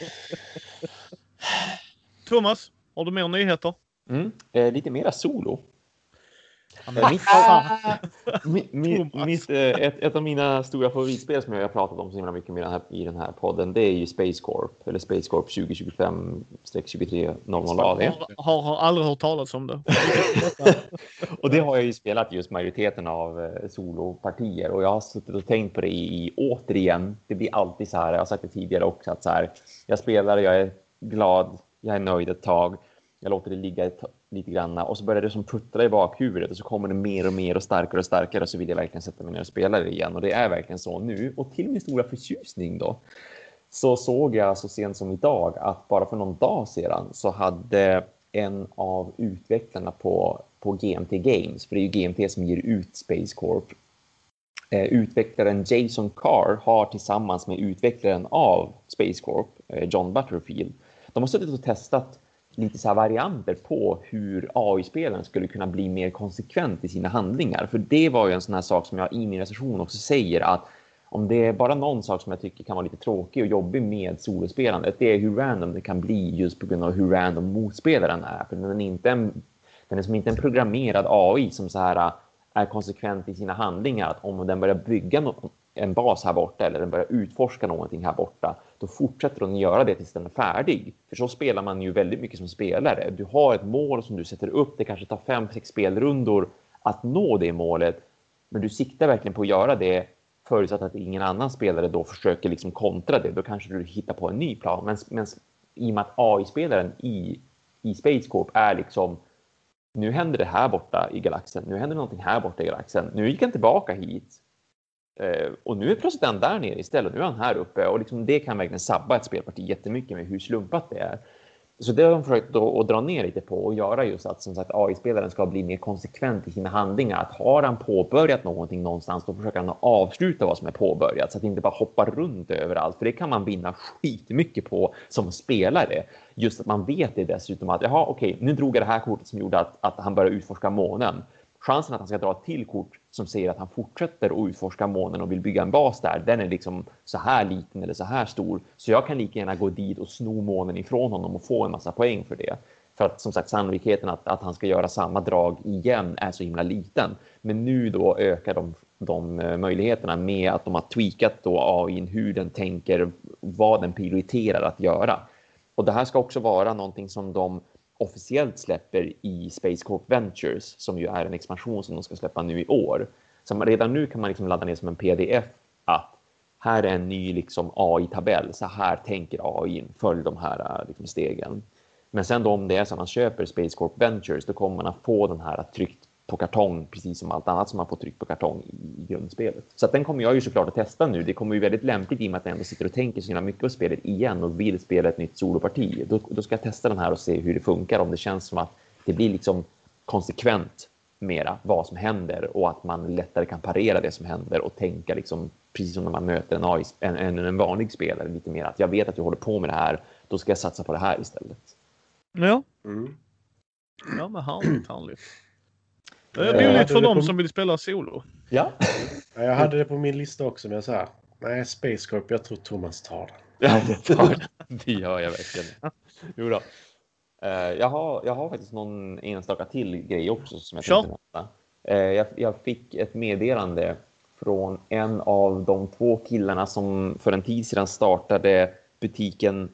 Thomas, har du mer nyheter? Mm. Eh, lite mera solo. Ja, mitt, mitt, mitt, ett, ett av mina stora favoritspel som jag har pratat om så himla mycket med den här, i den här podden, det är ju Space Corp. Eller Space Corp tjugo tjugofem tjugotre noll noll A D. Har, har aldrig hört talas om det. Och det har jag ju spelat just majoriteten av eh, solopartier. Och jag har suttit och tänkt på det i, i återigen. Det blir alltid så här, jag har sagt det tidigare också, att så här, jag spelar, jag är glad, jag är nöjd ett tag. Jag låter det ligga ett, lite grann och så börjar det som puttra i bakhuvudet och så kommer det mer och mer och starkare och starkare och så vill jag verkligen sätta mig ner och spela det igen. Och det är verkligen så nu. Och till min stora förtjusning då så såg jag så sent som idag att bara för någon dag sedan så hade en av utvecklarna på, på G M T Games, för det är ju G M T som ger ut Space Corp, eh, utvecklaren Jason Carr har tillsammans med utvecklaren av Space Corp, eh, John Butterfield, de har suttit och testat lite så här varianter på hur A I-spelaren skulle kunna bli mer konsekvent i sina handlingar. För det var ju en sån här sak som jag i min recension också säger, att om det är bara någon sak som jag tycker kan vara lite tråkig och jobbig med solospelandet, det är hur random det kan bli just på grund av hur random motspelaren är. För den är, inte en, den är som inte en programmerad A I som så här är konsekvent i sina handlingar. Att om den börjar bygga no- en bas här borta eller den börjar utforska någonting här borta, då fortsätter den göra det tills den är färdig. För så spelar man ju väldigt mycket som spelare. Du har ett mål som du sätter upp, det kanske tar fem, sex spelrundor att nå det målet, men du siktar verkligen på att göra det förutsatt att ingen annan spelare då försöker liksom kontra det. Då kanske du hittar på en ny plan. Men, men i och med att A I-spelaren i, i Space Corp är liksom, nu händer det här borta i galaxen, nu händer någonting här borta i galaxen, nu gick han tillbaka hit. Uh, och nu är plötsligt den där nere istället. Nu är han här uppe. Och liksom det kan verkligen sabba ett spelparti jättemycket med hur slumpat det är. Så det har de försökt då att dra ner lite på och göra just att som sagt A I-spelaren ska bli mer konsekvent i sina handlingar. Att har han påbörjat någonting någonstans, då försöker han avsluta vad som är påbörjat. Så att inte bara hoppa runt överallt. För det kan man vinna skitmycket på som spelare. Just att man vet det dessutom att jaha, okej, nu drog jag det här kortet som gjorde att, att han började utforska månen. chansen att han ska dra ett till kort som säger att han fortsätter att utforska månen och vill bygga en bas där, den är liksom så här liten eller så här stor. Så jag kan lika gärna gå dit och sno månen ifrån honom och få en massa poäng för det. För att som sagt sannolikheten att, att han ska göra samma drag igen är så himla liten. Men nu då ökar de, de möjligheterna med att de har tweakat då A I hur den tänker, vad den prioriterar att göra. Och det här ska också vara någonting som de officiellt släpper i Space Corp Ventures, som ju är en expansion som de ska släppa nu i år. Så redan nu kan man liksom ladda ner som en P D F att här är en ny liksom A I-tabell, så här tänker A I, följ de här liksom stegen. Men sen då om det är så att man köper Space Corp Ventures, då kommer man att få den här tryckt på kartong, precis som allt annat som man får tryckt på kartong i grundspelet. Så att den kommer jag ju såklart att testa nu. Det kommer ju väldigt lämpligt i och med att jag ändå sitter och tänker så mycket på spelet igen och vill spela ett nytt soloparti. Då, då ska jag testa den här och se hur det funkar, om det känns som att det blir liksom konsekvent mera vad som händer och att man lättare kan parera det som händer och tänka liksom precis som när man möter en, A I, en, en, en vanlig spelare lite mer att jag vet att jag håller på med det här, då ska jag satsa på det här istället. Ja. Mm. Ja, men härligt, härligt. Det är roligt för dem som vill spela solo. Ja. Ja, jag hade det på min lista också, men jag sa nej, Space Corp, jag tror Thomas tar den. Ja, det tar den. Det gör jag verkligen. Jo då. Uh, jag, har, jag har faktiskt någon enstaka till grej också som jag tänkte nämna. Uh, jag, jag fick ett meddelande från en av de två killarna som för en tid sedan startade butiken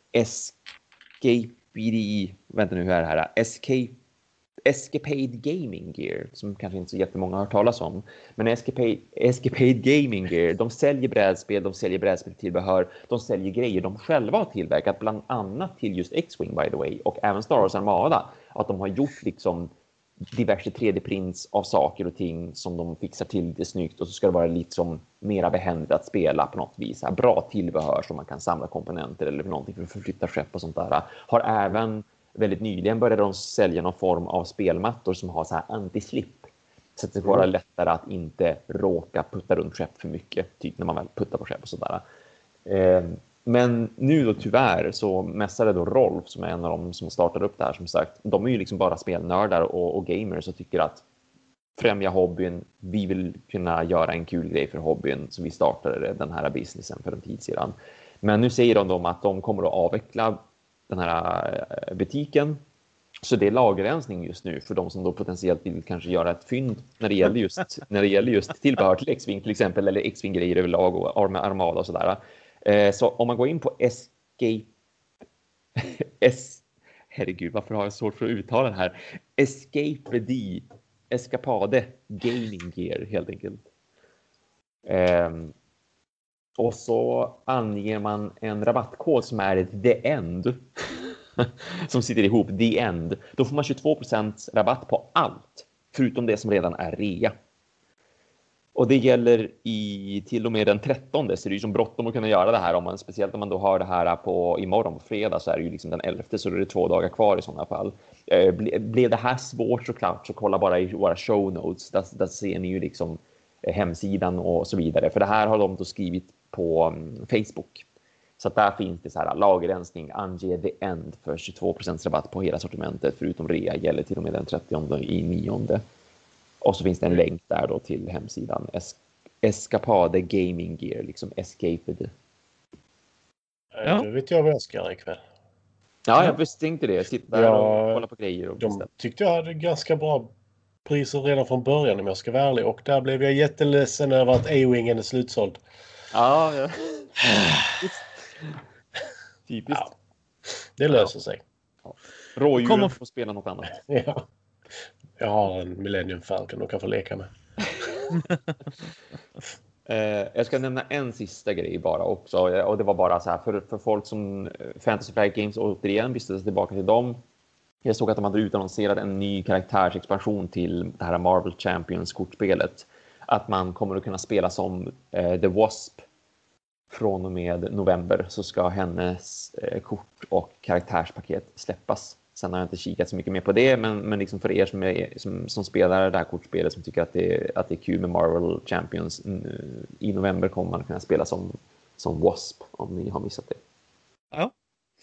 Escape vänta nu, hur är det här? Escape Escapade Gaming Gear, som kanske inte så jättemånga har hört talas om. Men Escapade, Escapade Gaming Gear, de säljer brädspel, de säljer brädspeltillbehör, de säljer grejer de själva har tillverkat, bland annat till just X-Wing by the way, och även Star Wars Armada. Att de har gjort liksom diverse tre D-prints av saker och ting som de fixar till lite snyggt, och så ska det vara liksom mera behändigt att spela på något vis. Bra tillbehör som man kan samla komponenter eller någonting för att förflytta skepp och sånt där. Har även väldigt nyligen började de sälja någon form av spelmattor som har så här anti-slip. Så att det ska vara lättare att inte råka putta runt skepp för mycket. Typ när man väl puttar på skepp och sådär. Eh, men nu då tyvärr så mässade då Rolf, som är en av dem som startade upp det här, som sagt. De är ju liksom bara spelnördar och, och gamers och tycker att främja hobbyn. Vi vill kunna göra en kul grej för hobbyn, så vi startade den här businessen för en tid sedan. Men nu säger de då att de kommer att avveckla den här butiken. Så det är lagerrensning just nu för de som då potentiellt vill kanske göra ett fynd när det gäller just, när det gäller just tillbehör till X-Wing till exempel, eller X-Wing-grejer överlag och Armada och sådär. Eh, så om man går in på Escape... es... Herregud, varför har jag svårt för att uttala det här? Escape D. Escapade Gaming Gear helt enkelt. Eh, och så anger man en rabattkod som är ett The End. Som sitter ihop, The End. Då får man tjugotvå procent rabatt på allt förutom det som redan är rea. Och det gäller i till och med den trettonde, så det är ju som bråttom att kunna göra det här. Om man, speciellt om man då har det här på imorgon på fredag, så är det ju liksom den elfte, så är det två dagar kvar i sådana fall. Eh, ble, blev det här svårt såklart, så kolla bara i våra show notes. Där, där ser ni ju liksom eh, hemsidan och så vidare. För det här har de då skrivit på um, Facebook. Så att där finns det så här lagerrensning, ange The End för tjugotvå procent rabatt på hela sortimentet förutom rea, gäller till och med den trettionde i nionde. Och så finns det en länk där då till hemsidan es- Escapade Gaming Gear, liksom Escaped. Ja. Det vet jag vad jag ska göra ikväll. Ja, jag visst tänkte det. Sitta där ja, och kolla på grejer. Och de tyckte jag hade ganska bra priser redan från början om jag ska vara ärlig. Och där blev jag jätteledsen över att A-Wingen är slutsåld. Ja, ja. Typiskt. Ja. Det löser sig. Ja. Rådjuren kommer få spela något annat. Ja. Jag har en Millennium Falcon och kan få leka med. eh, jag ska nämna en sista grej bara också. Och det var bara så här för, för folk som Fantasy Flight Games återigen visste sig tillbaka till dem. Jag såg att de hade utannonserat en ny karaktärsexpansion till det här Marvel Champions kortspelet. Att man kommer att kunna spela som eh, The Wasp. Från och med november så ska hennes eh, kort och karaktärspaket släppas. Sen har jag inte kikat så mycket mer på det, men, men liksom för er som, är, som, som spelar det här kortspelet, som tycker att det, att det är kul med Marvel Champions, mm, i november kommer man kunna spela som, som Wasp, om ni har missat det. Ja.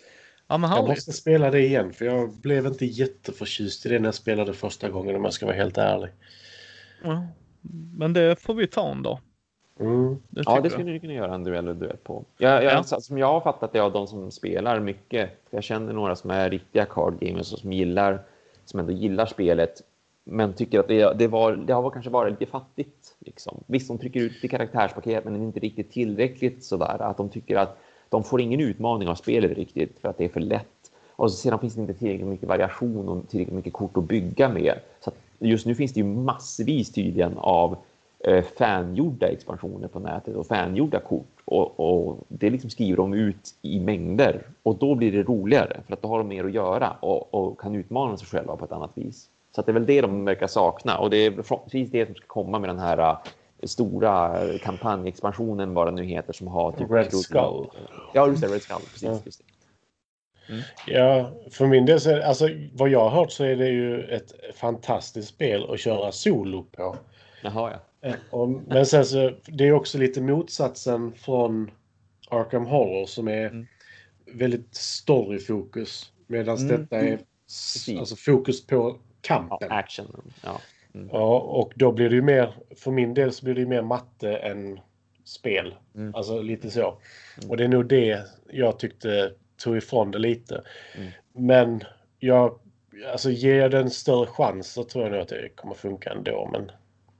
Ja, men Jag härligt. måste spela det igen, för jag blev inte jätteförtjust i det när jag spelade första gången, om jag ska vara helt ärlig. Ja, men det får vi ta en dag. Mm. Det Ja, det tycker skulle du kunna göra en duell eller duell på. Jag, jag, Ja. så- Som jag har fattat det av de som spelar mycket, jag känner några som är riktiga card gamers och som gillar, som ändå gillar spelet, men tycker att det, det, var, det har kanske varit lite fattigt. Liksom. Visst, de trycker ut i karaktärspaket, men det är inte riktigt tillräckligt sådär. Att de tycker att de får ingen utmaning av spelet riktigt, för att det är för lätt. Och så sedan finns det inte tillräckligt mycket variation och tillräckligt mycket kort att bygga med. Så att just nu finns det ju massvis tydligen av eh, fangjorda expansioner på nätet och fangjorda kort. Och, och det liksom skriver de ut i mängder. Och då blir det roligare, för att då har de mer att göra och, och kan utmana sig själva på ett annat vis. Så att det är väl det de verkar sakna. Och det är precis det som ska komma med den här uh, stora kampanjexpansionen, vad den nu heter, som har typ Red Skull. Ja, just det, Red Skull, precis. Ja. Just det. Mm. Ja, för min del så är, alltså, vad jag har hört så är det ju ett fantastiskt spel att köra solo på. Jaha, ja. Och, men sen så, det är också lite motsatsen från Arkham Horror, som är Mm. väldigt storyfokus. Medan Mm. detta är Precis. alltså, fokus på Ja, kampen. action. Ja. Mm. Ja, och då blir det ju mer, för min del så blir det ju mer matte än spel. Mm. Alltså lite så. Mm. Och det är nog det jag tyckte tog ifrån det lite. Mm. Men jag, alltså ger jag den större chans så tror jag nog att det kommer funka ändå. Men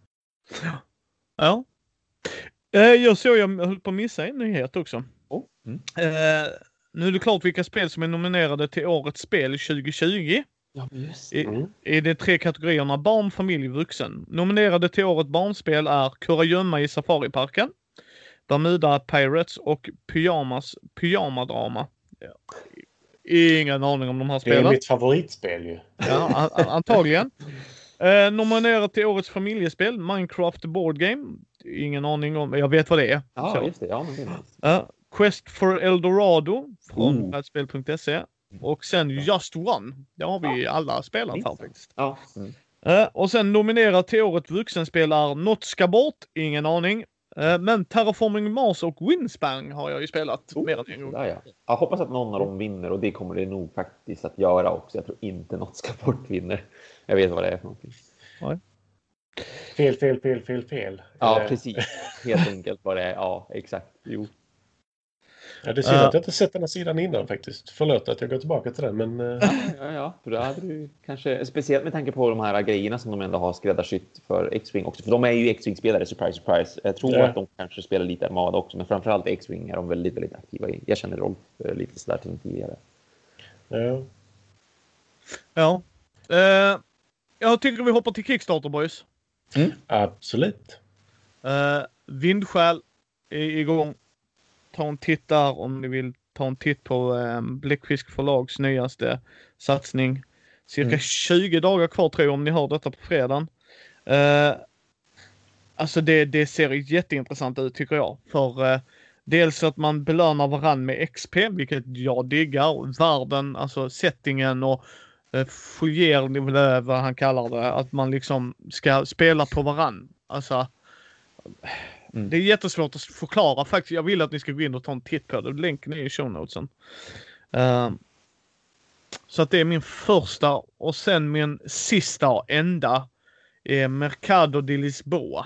Ja. Eh, jag såg, jag höll på att missa en nyhet också. Oh. Mm. Eh, nu är det klart vilka spel som är nominerade till årets spel tjugo tjugo. Ja, just I, Mm. I de tre kategorierna barn, familj, vuxen. Nominerade till året barnspel är Kurragömma i Safariparken, Bermuda Pirates och Pyjamas Pyjamadrama. Ja. Ingen aning om de här det är spelen. mitt favoritspel ju. Ja, a- a- antagligen. Eh, nominerat till årets familjespel, Minecraft Board Game. Ingen aning om, jag vet vad det är. Ja, Så. just det. Ja, men det är nice. Ja, Quest for Eldorado från Oh. brädspel punkt se. Och sen Just One. Det har vi alla spelat här faktiskt. Ja. Mm. Eh, och sen nominerat till året vuxenspel är Något ska bort, ingen aning. Eh, men Terraforming Mars och Wingspan har jag ju spelat Oh, mer än en gång. Där, ja. Jag hoppas att någon av dem vinner, och det kommer det nog faktiskt att göra också. Jag tror inte något ska bort vinner. Jag vet vad det är för någonting. Fel, fel, fel, fel, fel. Ja, Eh, precis. Helt enkelt vad det är. Ja, exakt. Jo. Ja, det är synd Ja. att jag inte sett den här sidan innan faktiskt. Förlåt att jag går tillbaka till den, men... eh, Ja, ja, för då hade du kanske, speciellt med tanke på de här grejerna som de ändå har skräddarsytt för X-Wing också. För de är ju X-Wing-spelare, surprise, surprise. Jag tror Ja. att de kanske spelar lite Armada också, men framförallt X-Wing är de väldigt, väldigt aktiva i. Jag känner Rolf eh, lite sådär till tidigare. ja. Ja. Eh, jag tycker vi hoppar till Kickstarter, boys. Absolut. Uh, Vindskäl är igång. Ta en titt där om ni vill ta en titt på um, Bläckfisk förlags nyaste satsning. Cirka Mm. tjugo dagar kvar tror jag, om ni hör detta på fredagen. Uh, alltså det, det ser jätteintressant ut tycker jag. För uh, dels att man belönar varann med X P, vilket jag diggar. Världen, alltså settingen och uh, fouiller, vad han kallar det. Att man liksom ska spela på varann. Alltså Mm. det är jättesvårt att förklara faktiskt. Jag vill att ni ska gå in och ta en titt på det. Länken är i show notesen. Uh, så att det är min första och sen min sista och enda är Mercado de Lisboa.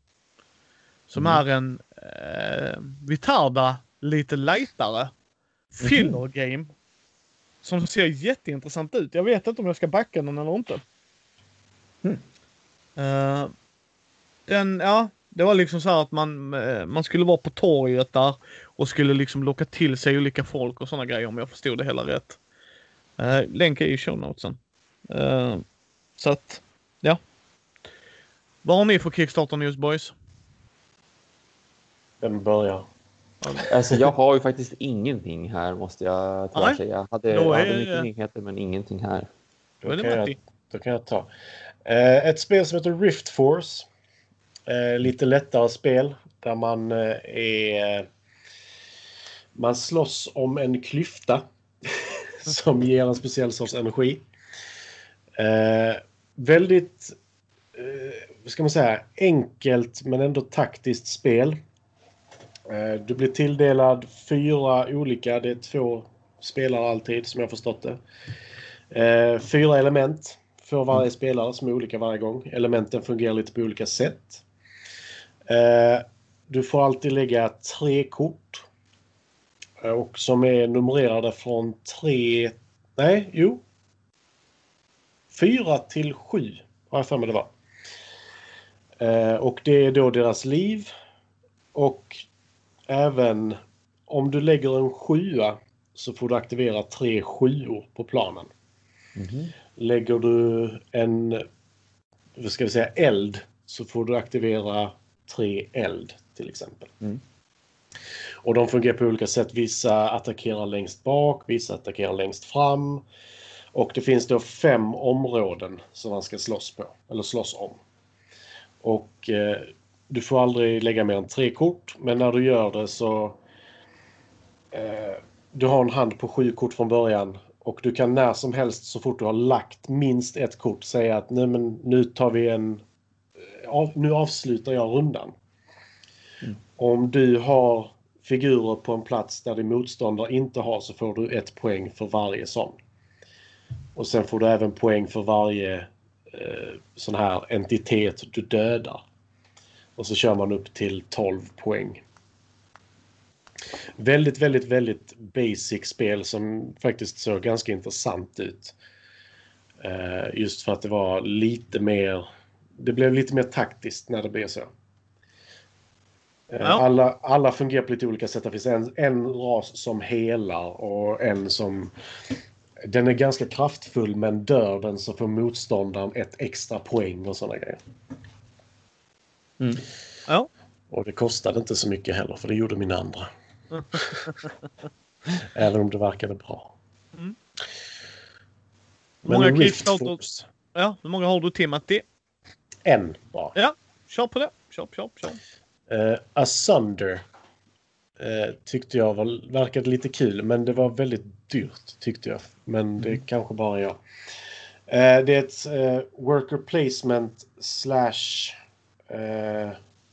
Som Mm. är en uh, Vitarda lite lightare filler game som ser jätteintressant ut. Jag vet inte om jag ska backa den eller inte. Mm. Uh, den, ja, det var liksom så här att man, man skulle vara på torget där och skulle liksom locka till sig olika folk och sådana grejer, om jag förstod det hela rätt. Uh, länk är i show notesen. Uh, så att, ja. Vad har ni för Kickstarter News, boys? Den börjar. Alltså, jag har ju faktiskt ingenting här, måste jag tyvärr Nej. säga. Jag hade, Då jag är- hade mycket nyheter, men ingenting här. Då är det kan jag, Matti. då kan jag ta. Eh, ett spel som heter Rift Force. Eh, lite lättare spel där man eh, är... Man slåss om en klyfta som ger en speciell sorts energi. Eh, väldigt, eh, vad ska man säga, enkelt men ändå taktiskt spel. Eh, du blir tilldelad fyra olika, det är två spelare alltid, som jag förstått det. Eh, fyra element för varje mm. spelare som är olika varje gång. Elementen fungerar lite på olika sätt. Eh, du får alltid lägga tre kort. Eh, och som är numrerade från tre... Nej, jo. Fyra till sju. Har jag för mig det var. Eh, och det är då deras liv. Och även om du lägger en sjua så får du aktivera tre sjuor på planen. Mm-hmm. Lägger du en, vad ska vi säga, eld så får du aktivera tre eld till exempel. Mm. Och de fungerar på olika sätt. Vissa attackerar längst bak, vissa attackerar längst fram. Och det finns då fem områden som man ska slåss på, eller slåss om. Och eh, du får aldrig lägga mer än tre kort, men när du gör det så eh, du har en hand på sju kort från början och du kan när som helst så fort du har lagt minst ett kort säga att nej, men nu tar vi en av, nu avslutar jag rundan. Mm. Om du har figurer på en plats där din motståndare inte har så får du ett poäng för varje sån. Och sen får du även poäng för varje eh, sån här entitet du dödar. Och så kör man upp till tolv poäng. Väldigt, väldigt, väldigt basic spel som faktiskt såg ganska intressant ut. Uh, just för att det var lite mer... Det blev lite mer taktiskt när det blev så. Uh, ja. alla, alla fungerar på lite olika sätt. Det finns en, en ras som helar och en som... Den är ganska kraftfull, men dör den så får motståndaren ett extra poäng och sådana grejer. Mm. Ja. Och det kostade inte så mycket heller, för det gjorde min andra. Även om det verkade bra. Mm. Hur många Force... Ja, hur många har du timmat det? En bara. Ja, kör på det. Kör, kör, kör. Uh, Asunder uh, tyckte jag var, verkade lite kul, men det var väldigt dyrt tyckte jag. Men det är mm. kanske bara jag. Uh, det är ett uh, worker placement slash uh,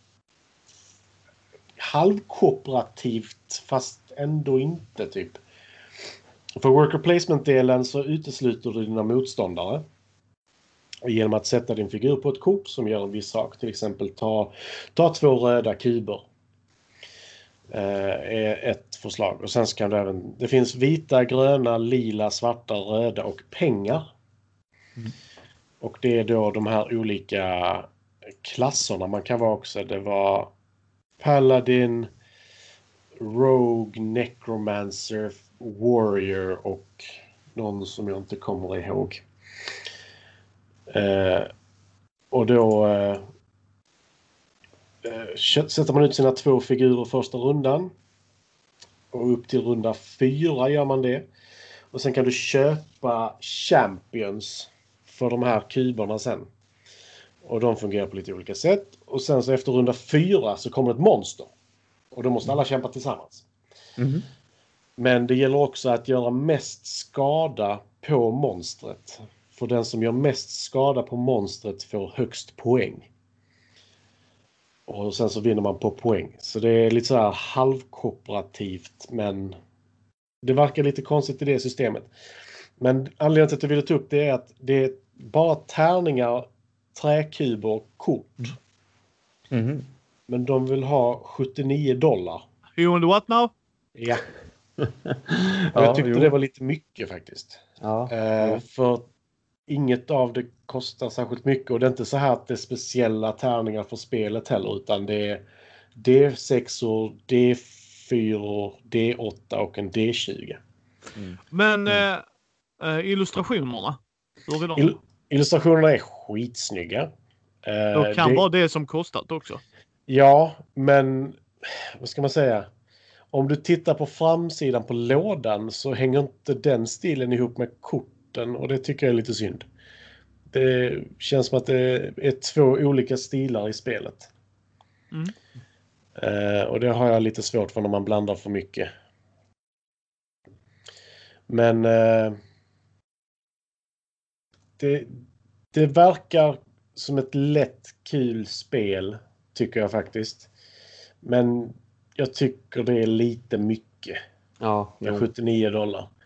halvkooperativt fast ändå inte typ. För worker placement-delen så utesluter du dina motståndare genom att sätta din figur på ett kort som gör en viss sak. Till exempel ta, ta två röda kuber. Eh, är ett förslag. Och sen kan du även... Det finns vita, gröna, lila, svarta, röda och pengar. Mm. Och det är då de här olika klasserna man kan vara också. Det var Paladin, Rogue, Necromancer, Warrior och någon som jag inte kommer ihåg. Eh, och då eh, sätter man ut sina två figurer första rundan. Och upp till runda fyra gör man det. Och sen kan du köpa champions för de här kuberna sen. Och de fungerar på lite olika sätt. Och sen så efter runda fyra så kommer ett monster. Och då måste alla kämpa tillsammans. Mm. Men det gäller också att göra mest skada på monstret. För den som gör mest skada på monstret får högst poäng. Och sen så vinner man på poäng. Så det är lite så här halvkooperativt. Men det verkar lite konstigt i det systemet. Men anledningen till att jag ville ta upp det är att det är bara tärningar, träkuber och kort. Mm. Men de vill ha sjuttionio dollar. You want what now? Ja. Jag tyckte ja, det var lite mycket faktiskt. Ja, eh, för inget av det kostar särskilt mycket. Och det är inte så här att det är speciella tärningar för spelet heller. Utan det är D sex, D fyra, D åtta och en D tjugo. Mm. Men mm. Eh, illustrationerna? Hur är de? Il- illustrationerna är skitsnygga. Eh, Då kan det vara det som kostat också. Ja, men vad ska man säga? Om du tittar på framsidan på lådan så hänger inte den stilen ihop med korten och det tycker jag är lite synd. Det känns som att det är två olika stilar i spelet. Mm. Uh, och det har jag lite svårt för när man blandar för mycket. Men uh, det, det verkar som ett lätt kul spel tycker jag faktiskt. Men jag tycker det är lite mycket. Ja, med sjuttionio dollar.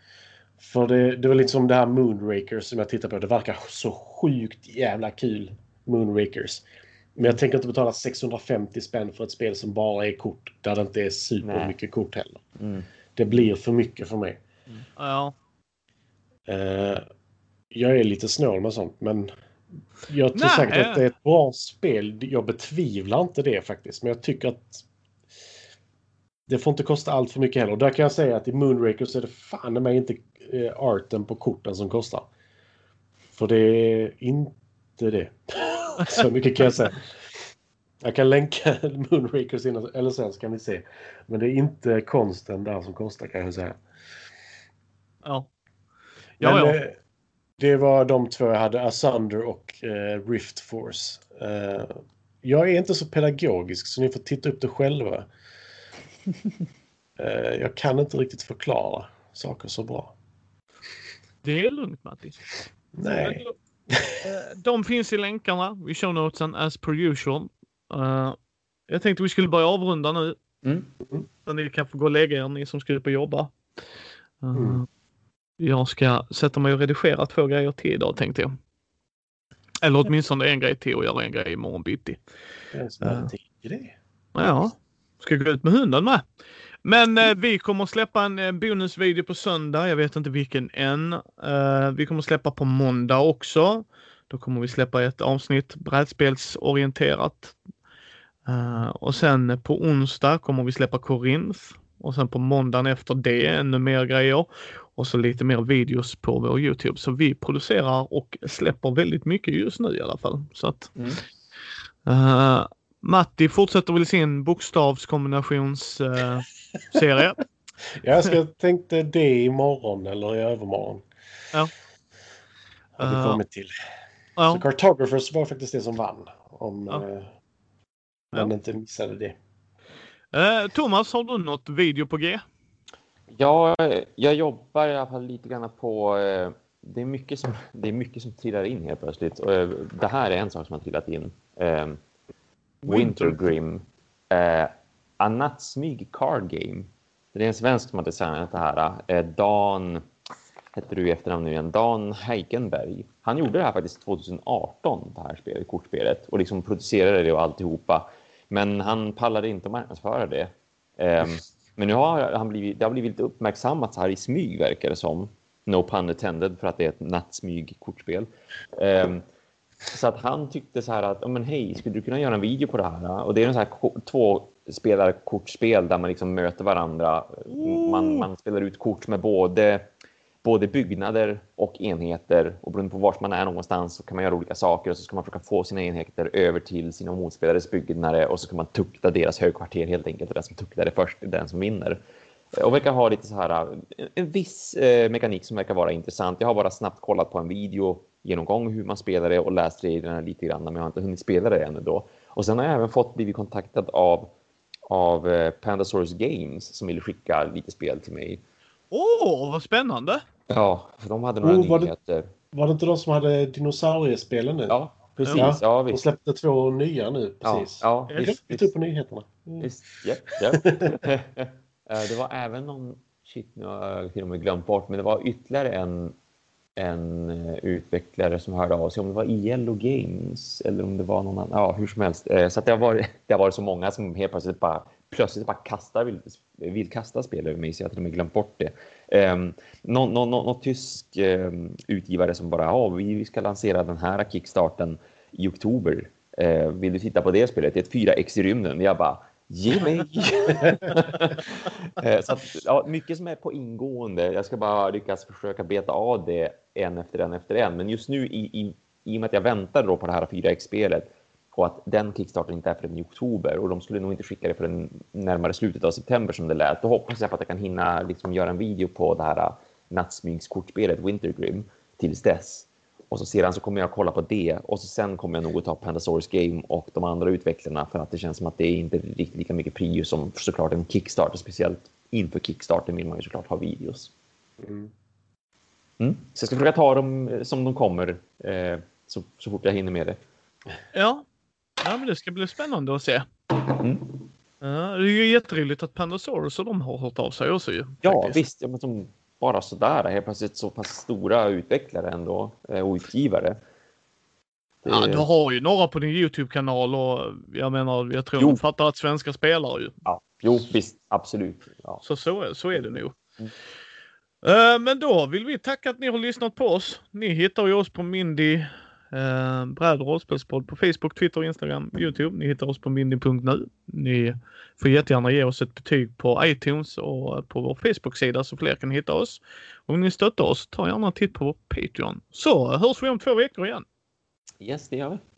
För det, det var lite som det här Moonrakers som jag tittar på. Det verkar så sjukt jävla kul, Moonrakers. Men jag tänker inte betala sexhundrafemtio spänn för ett spel som bara är kort. Där det inte är super mycket kort heller. Mm. Det blir för mycket för mig. Mm. Ja. Uh, jag är lite snål med sånt, men jag tror Nej. säkert att det är ett bra spel. Jag betvivlar inte det faktiskt, men jag tycker att det får inte kosta allt för mycket heller. Och där kan jag säga att i Moonrakers är det fan med inte uh, arten på korten som kostar. För det är inte det. Så mycket kan jag säga. Jag kan länka Moonrakers innan, eller sen så kan ni se. Men det är inte konsten där som kostar, kan jag säga. Ja. Ja, Men, ja. eh, det var de två jag hade, Asunder och eh, Rift Force. Eh, jag är inte så pedagogisk så ni får titta upp det själva. eh, jag kan inte riktigt förklara saker så bra. Det är lugnt, Matti. Nej. De finns i länkarna i show notesen as per usual. Uh, jag tänkte vi skulle börja avrunda nu. Mm. Så ni kan få gå och lägga er, ni som ska upp och jobba. Uh, Mm. Jag ska sätta mig och redigera två grejer till idag, tänkte jag. Eller åtminstone en grej till och göra en grej imorgon bitti. Den som hade tid i det. Ja, ska gå ut med hunden med. Men eh, vi kommer att släppa en eh, bonusvideo på söndag. Jag vet inte vilken än. Eh, vi kommer att släppa på måndag också. Då kommer vi släppa ett avsnitt brädspelsorienterat. Eh, och sen på onsdag kommer vi släppa Corinth. Och sen på måndagen efter det ännu mer grejer. Och så lite mer videos på vår YouTube. Så vi producerar och släpper väldigt mycket just nu i alla fall. Så att... Mm. Uh, Matti fortsätter väl sin bokstavskombinationsserie. Uh, Jag ska tänkte det imorgon eller i övermorgon. Ja. Har vi Uh, kommit till. ja. Så Cartographers var faktiskt det som vann. Om Ja. uh, man Ja. inte missade det. Uh, Thomas, har du något video på G? Ja, jag jobbar i alla fall lite grann på... Eh, det, är mycket som, det är mycket som trillar in helt plötsligt. Och, eh, det här är en sak som har trillat in. Eh, Wintergrim. Eh, A nattsmyg card game. Det är en svensk som har designat det här. Eh, Dan... Heter du i efternamn nu igen? Dan Heikenberg. Han gjorde det här faktiskt tjugoarton, det här spelet, kortspelet. Och liksom producerade det och alltihopa. Men han pallade inte att marknadsföra det. Eh, Men nu har han blivit, det har blivit lite uppmärksammat så här i smyg, verkar det som. No pun intended, för att det är ett nattsmyg kortspel. Um, så att han tyckte så här att, oh, men hej, skulle du kunna göra en video på det här? Och det är en så här ko- två spelare kortspel där man liksom möter varandra. Man, man spelar ut kort med både, både byggnader och enheter. Och beroende på var man är någonstans så kan man göra olika saker. Och så ska man försöka få sina enheter över till sina motspelares byggnader. Och så kan man tukta deras högkvarter helt enkelt. Och den som tuktar det först är den som vinner. Och verkar ha lite så här, en viss eh, mekanik som verkar vara intressant. Jag har bara snabbt kollat på en video genomgång hur man spelar det och läst reglerna lite grann. Men jag har inte hunnit spela det ännu då. Och sen har jag även fått blivit kontaktad av, av eh, Pandasaurus Games som ville skicka lite spel till mig. Åh, oh, vad spännande! Ja, för de hade några Oh, var nyheter. Det, var det inte de som hade dinosauriespelen nu? Ja, precis. Ja, Ja, de visst. släppte två nya nu, precis. Ja, ja Jag visst, tittade visst, på nyheterna. Mm. visst. Ja, ja. Det var även någon, shit, nu har jag till och med glömt bort, men det var ytterligare en, en utvecklare som hörde av sig, om det var Yellow Games eller om det var någon annan, ja, hur som helst. Så att det har varit, det har varit så många som helt plötsligt bara plötsligt bara kastar, vill, vill kasta spel över mig, så jag har till och med glömt bort det. Um, någon, någon, någon tysk um, utgivare som bara, ja, vi, vi ska lansera den här kickstarten i oktober. Uh, vill du titta på det spelet? Det är ett fyra x i rymden. Jag bara, ge mig! uh, så att, ja, mycket som är på ingående. Jag ska bara lyckas försöka beta av det en efter en efter en. Men just nu, i, i, i och med att jag väntar då på det här fyra x-spelet, och att den kickstarten inte är förrän i oktober och de skulle nog inte skicka det förrän närmare slutet av september som det lät. Då hoppas jag på att jag kan hinna liksom göra en video på det här nattsmygskortspelet Wintergrim tills dess. Och så sedan så kommer jag kolla på det och så sen kommer jag nog att ta Pandasaurus Game och de andra utvecklarna, för att det känns som att det är inte riktigt lika mycket prio som såklart en Kickstarter. Speciellt inför Kickstarter vill man ju såklart ha videos. Mm. Mm. Så jag ska försöka ta dem som de kommer eh, så, så fort jag hinner med det. Ja. Ja, men det ska bli spännande att se. Mm. Ja, det är ju jätteroligt att Pandasaurus och de har hört av sig också ju. Ja, faktiskt. visst. Ja, men som, bara sådär. Helt plötsligt så pass stora utvecklare ändå och utgivare. Det... Ja, du har ju några på din YouTube-kanal och jag menar, jag tror jo. de fattar att svenska spelare ju. Ja, jo, visst, absolut. Ja. Så, så, är, så är det nog. Mm. Uh, men då vill vi tacka att ni har lyssnat på oss. Ni hittar ju oss på Mindy uh, bräd- och rollspelspodd på Facebook, Twitter, Instagram, YouTube. Ni hittar oss på mindy punkt nu. Ni får jättegärna ge oss ett betyg på iTunes och på vår Facebook-sida så fler kan hitta oss. Om ni stöttar oss, ta gärna en titt på vår Patreon. Så hörs vi om två veckor igen. Yes, det gör vi.